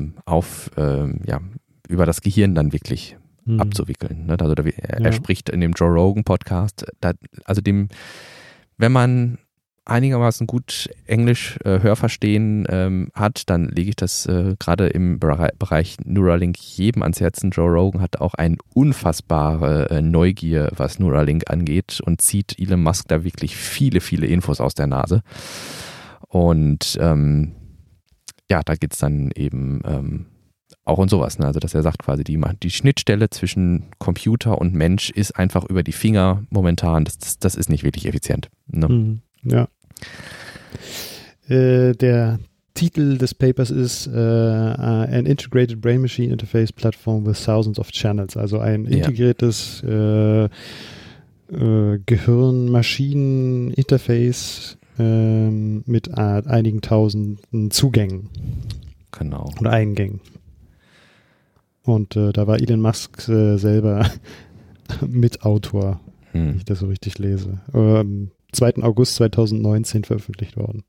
über das Gehirn dann wirklich abzuwickeln. Ne? Also er spricht in dem Joe Rogan Podcast, wenn man einigermaßen gut Englisch Hörverstehen hat, dann lege ich das gerade im Bereich Neuralink jedem ans Herzen. Joe Rogan hat auch eine unfassbare Neugier, was Neuralink angeht und zieht Elon Musk da wirklich viele, viele Infos aus der Nase. Und da geht es dann eben auch um sowas. Ne? Also dass er sagt quasi, die Schnittstelle zwischen Computer und Mensch ist einfach über die Finger momentan. Das ist nicht wirklich effizient. Ne? Ja. Der Titel des Papers ist An Integrated Brain Machine Interface Platform with Thousands of Channels, also ein integriertes Gehirn-Maschinen-Interface mit einigen tausenden Zugängen. Genau. Oder Eingängen. Und da war Elon Musk selber Mitautor, wenn ich das so richtig lese. 2. August 2019 veröffentlicht worden.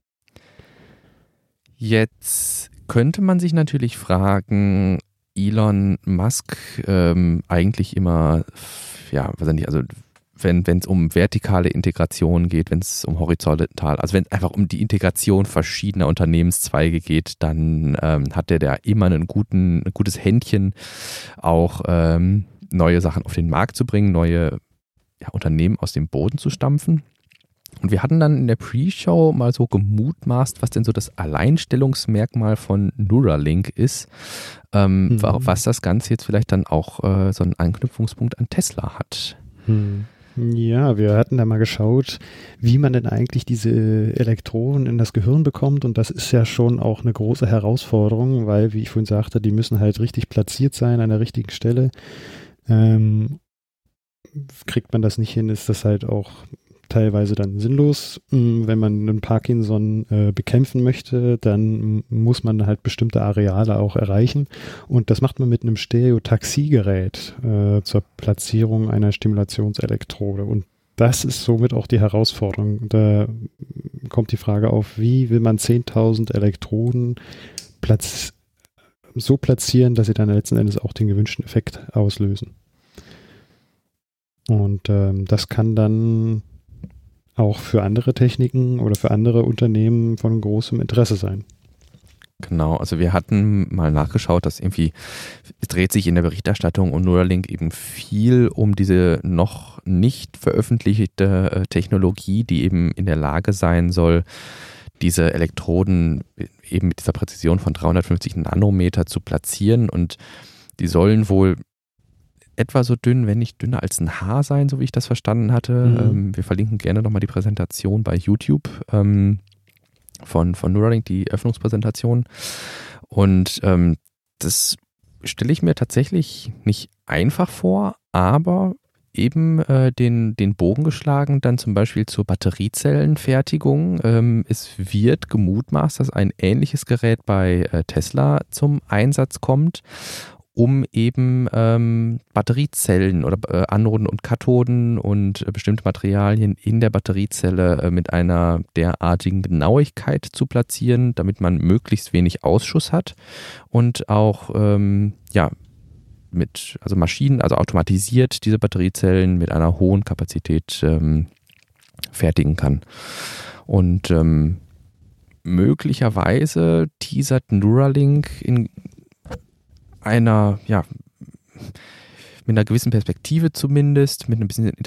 Jetzt könnte man sich natürlich fragen, Elon Musk eigentlich immer, ja, weiß ich nicht, also wenn es um vertikale Integration geht, wenn es um horizontal, also wenn es einfach um die Integration verschiedener Unternehmenszweige geht, dann hat der immer ein gutes Händchen, auch neue Sachen auf den Markt zu bringen, neue Unternehmen aus dem Boden zu stampfen. Und wir hatten dann in der Pre-Show mal so gemutmaßt, was denn so das Alleinstellungsmerkmal von Neuralink ist, was das Ganze jetzt vielleicht dann auch so einen Anknüpfungspunkt an Tesla hat. Ja, wir hatten da mal geschaut, wie man denn eigentlich diese Elektronen in das Gehirn bekommt, und das ist ja schon auch eine große Herausforderung, weil, wie ich vorhin sagte, die müssen halt richtig platziert sein an der richtigen Stelle. Kriegt man das nicht hin, ist das halt auch teilweise dann sinnlos. Wenn man einen Parkinson bekämpfen möchte, dann muss man halt bestimmte Areale auch erreichen, und das macht man mit einem Stereotaxiegerät zur Platzierung einer Stimulationselektrode, und das ist somit auch die Herausforderung. Da kommt die Frage auf, wie will man 10.000 Elektroden so platzieren, dass sie dann letzten Endes auch den gewünschten Effekt auslösen. Und das kann dann auch für andere Techniken oder für andere Unternehmen von großem Interesse sein. Genau, also wir hatten mal nachgeschaut, dass irgendwie, es dreht sich in der Berichterstattung um Neuralink eben viel um diese noch nicht veröffentlichte Technologie, die eben in der Lage sein soll, diese Elektroden eben mit dieser Präzision von 350 Nanometer zu platzieren, und die sollen wohl etwa so dünn, wenn nicht dünner als ein Haar sein, so wie ich das verstanden hatte. Wir verlinken gerne nochmal die Präsentation bei YouTube von Neuralink, die Öffnungspräsentation. Und das stelle ich mir tatsächlich nicht einfach vor, aber eben den Bogen geschlagen, dann zum Beispiel zur Batteriezellenfertigung. Es wird gemutmaßt, dass ein ähnliches Gerät bei Tesla zum Einsatz kommt, um eben Batteriezellen oder Anoden und Kathoden und bestimmte Materialien in der Batteriezelle mit einer derartigen Genauigkeit zu platzieren, damit man möglichst wenig Ausschuss hat und auch also Maschinen, also automatisiert diese Batteriezellen mit einer hohen Kapazität fertigen kann. Und möglicherweise teasert Neuralink in einer, mit einer gewissen Perspektive zumindest, mit ein bisschen mit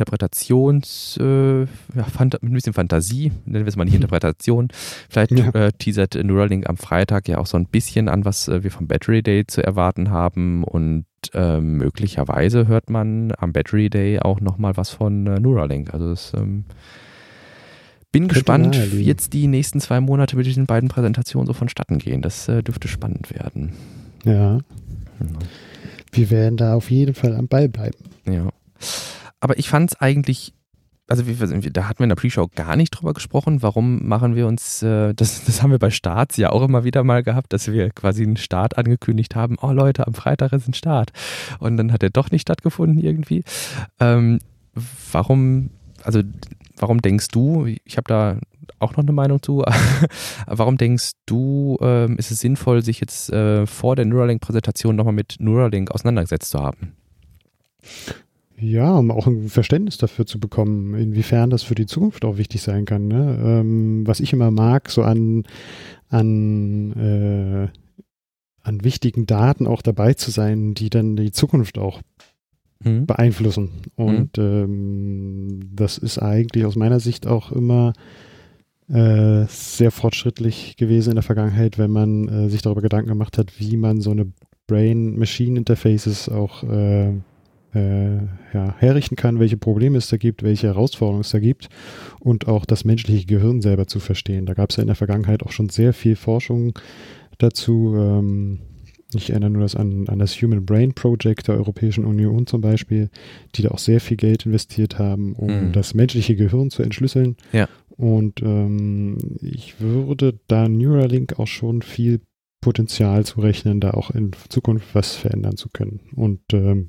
ein bisschen Fantasie, nennen wir es mal nicht Interpretation. Vielleicht teasert Neuralink am Freitag ja auch so ein bisschen an, was wir vom Battery Day zu erwarten haben, und möglicherweise hört man am Battery Day auch nochmal was von Neuralink. Also das bin gespannt, wie jetzt die nächsten 2 Monate mit diesen beiden Präsentationen so vonstatten gehen. Das dürfte spannend werden. Ja. Wir werden da auf jeden Fall am Ball bleiben. Ja. Aber ich fand es eigentlich, also da hatten wir in der Pre-Show gar nicht drüber gesprochen. Warum machen wir uns, das haben wir bei Starts ja auch immer wieder mal gehabt, dass wir quasi einen Start angekündigt haben. Oh Leute, am Freitag ist ein Start. Und dann hat er doch nicht stattgefunden irgendwie. Warum denkst du, ich habe da auch noch eine Meinung zu, warum denkst du, ist es sinnvoll, sich jetzt vor der Neuralink-Präsentation nochmal mit Neuralink auseinandergesetzt zu haben? Ja, um auch ein Verständnis dafür zu bekommen, inwiefern das für die Zukunft auch wichtig sein kann. Ne? Was ich immer mag, so an wichtigen Daten auch dabei zu sein, die dann die Zukunft auch beeinflussen. Und das ist eigentlich aus meiner Sicht auch immer sehr fortschrittlich gewesen in der Vergangenheit, wenn man sich darüber Gedanken gemacht hat, wie man so eine Brain-Machine-Interfaces auch herrichten kann, welche Probleme es da gibt, welche Herausforderungen es da gibt und auch das menschliche Gehirn selber zu verstehen. Da gab es ja in der Vergangenheit auch schon sehr viel Forschung dazu. Ich erinnere nur an das Human Brain Project der Europäischen Union zum Beispiel, die da auch sehr viel Geld investiert haben, um das menschliche Gehirn zu entschlüsseln. Ja. Und ich würde da Neuralink auch schon viel Potenzial zu rechnen, da auch in Zukunft was verändern zu können. Und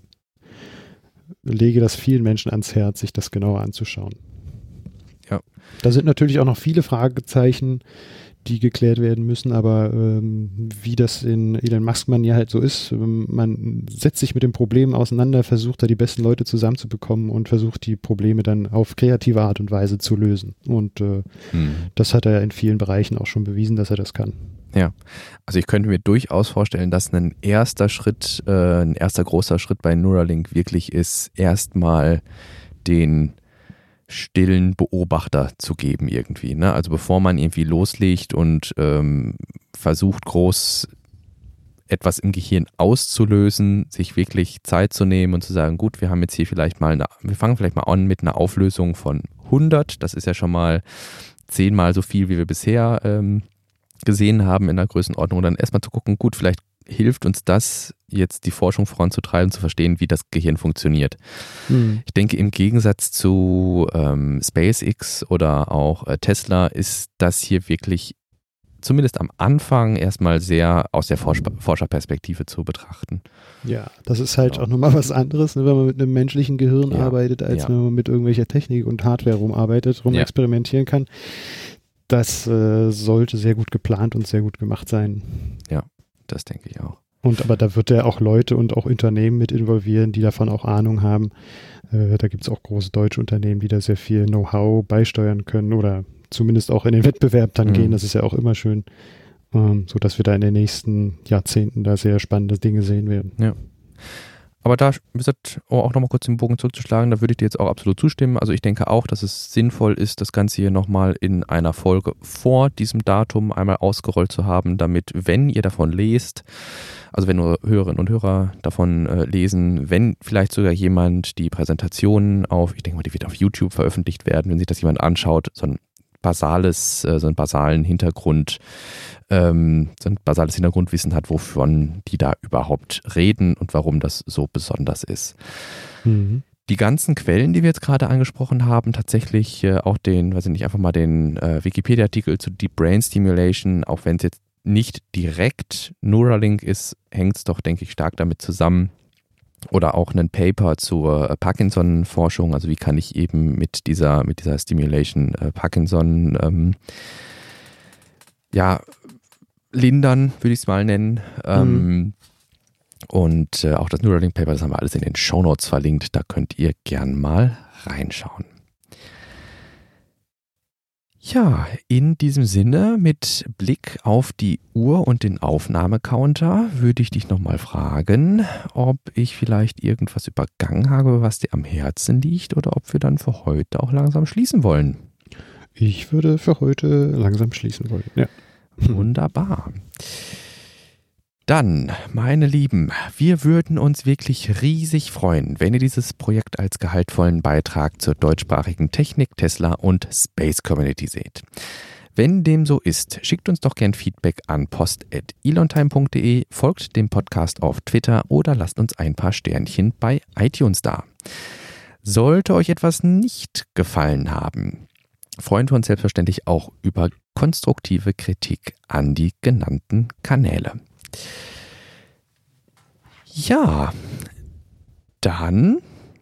lege das vielen Menschen ans Herz, sich das genauer anzuschauen. Ja. Da sind natürlich auch noch viele Fragezeichen, die geklärt werden müssen, aber wie das in Elon Musk-Manier halt so ist, man setzt sich mit dem Problem auseinander, versucht da die besten Leute zusammenzubekommen und versucht die Probleme dann auf kreative Art und Weise zu lösen. Und das hat er in vielen Bereichen auch schon bewiesen, dass er das kann. Ja, also ich könnte mir durchaus vorstellen, dass ein erster großer Schritt bei Neuralink wirklich ist, erstmal den stillen Beobachter zu geben irgendwie, ne? Also bevor man irgendwie loslegt und versucht groß etwas im Gehirn auszulösen, sich wirklich Zeit zu nehmen und zu sagen, gut, wir haben jetzt hier wir fangen vielleicht mal an mit einer Auflösung von 100, das ist ja schon mal 10-mal so viel, wie wir bisher gesehen haben in der Größenordnung, und dann erstmal zu gucken, gut, vielleicht hilft uns das jetzt die Forschung voranzutreiben, zu verstehen, wie das Gehirn funktioniert. Ich denke, im Gegensatz zu SpaceX oder auch Tesla ist das hier wirklich zumindest am Anfang erstmal sehr aus der Forscherperspektive zu betrachten. Ja, das ist halt auch nochmal was anderes, ne, wenn man mit einem menschlichen Gehirn arbeitet, als wenn man mit irgendwelcher Technik und Hardware experimentieren kann. Das sollte sehr gut geplant und sehr gut gemacht sein. Ja, das denke ich auch. Aber da wird er auch Leute und auch Unternehmen mit involvieren, die davon auch Ahnung haben. Da gibt es auch große deutsche Unternehmen, die da sehr viel Know-how beisteuern können oder zumindest auch in den Wettbewerb dann gehen. Das ist ja auch immer schön, sodass wir da in den nächsten Jahrzehnten da sehr spannende Dinge sehen werden. Ja. Aber da, wie gesagt, auch nochmal kurz den Bogen zurückzuschlagen, da würde ich dir jetzt auch absolut zustimmen. Also ich denke auch, dass es sinnvoll ist, das Ganze hier nochmal in einer Folge vor diesem Datum einmal ausgerollt zu haben, damit, wenn ihr davon lest, also wenn nur Hörerinnen und Hörer davon lesen, wenn vielleicht sogar jemand die Präsentation ich denke mal, die wird auf YouTube veröffentlicht werden, wenn sich das jemand anschaut, so ein basales Hintergrundwissen hat, wovon die da überhaupt reden und warum das so besonders ist. Die ganzen Quellen, die wir jetzt gerade angesprochen haben, tatsächlich auch den Wikipedia-Artikel zu Deep Brain Stimulation, auch wenn es jetzt nicht direkt Neuralink ist, hängt es doch, denke ich, stark damit zusammen. Oder auch ein Paper zur Parkinson-Forschung, also wie kann ich eben mit dieser Stimulation Parkinson lindern, würde ich es mal nennen. Und auch das Neuralink-Paper, das haben wir alles in den Shownotes verlinkt, da könnt ihr gern mal reinschauen. Ja, in diesem Sinne, mit Blick auf die Uhr und den Aufnahmecounter, würde ich dich nochmal fragen, ob ich vielleicht irgendwas übergangen habe, was dir am Herzen liegt, oder ob wir dann für heute auch langsam schließen wollen. Ich würde für heute langsam schließen wollen, ja. Wunderbar. Dann, meine Lieben, wir würden uns wirklich riesig freuen, wenn ihr dieses Projekt als gehaltvollen Beitrag zur deutschsprachigen Technik, Tesla und Space Community seht. Wenn dem so ist, schickt uns doch gern Feedback an post@elontime.de, folgt dem Podcast auf Twitter oder lasst uns ein paar Sternchen bei iTunes da. Sollte euch etwas nicht gefallen haben, freuen wir uns selbstverständlich auch über konstruktive Kritik an die genannten Kanäle. Ja, dann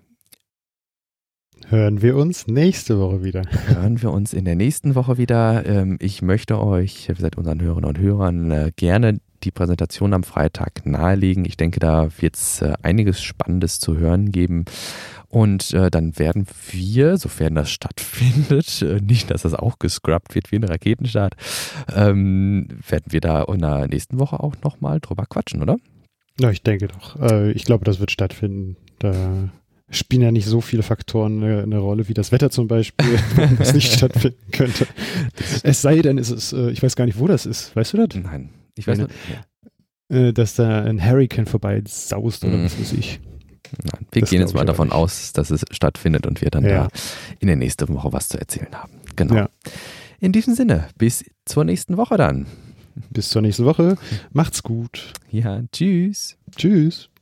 hören wir uns nächste Woche wieder. Hören wir uns in der nächsten Woche wieder. Ich möchte euch, wie gesagt, unseren Hörerinnen und Hörern gerne die Präsentation am Freitag nahelegen. Ich denke, da wird es einiges Spannendes zu hören geben. Und dann werden wir, sofern das stattfindet, nicht, dass das auch gescrubbt wird wie ein Raketenstart, werden wir da in der nächsten Woche auch nochmal drüber quatschen, oder? Ja, ich denke doch. Ich glaube, das wird stattfinden. Da spielen ja nicht so viele Faktoren eine Rolle, wie das Wetter zum Beispiel, warum es nicht stattfinden könnte. Es sei denn, ich weiß gar nicht, wo das ist. Weißt du das? Nein, ich weiß nicht. Dass da ein Hurricane vorbei saust oder was weiß ich. Wir gehen jetzt mal davon aus, dass es stattfindet und wir dann da in der nächsten Woche was zu erzählen haben. Genau. Ja. In diesem Sinne, bis zur nächsten Woche dann. Bis zur nächsten Woche. Macht's gut. Ja, tschüss. Tschüss.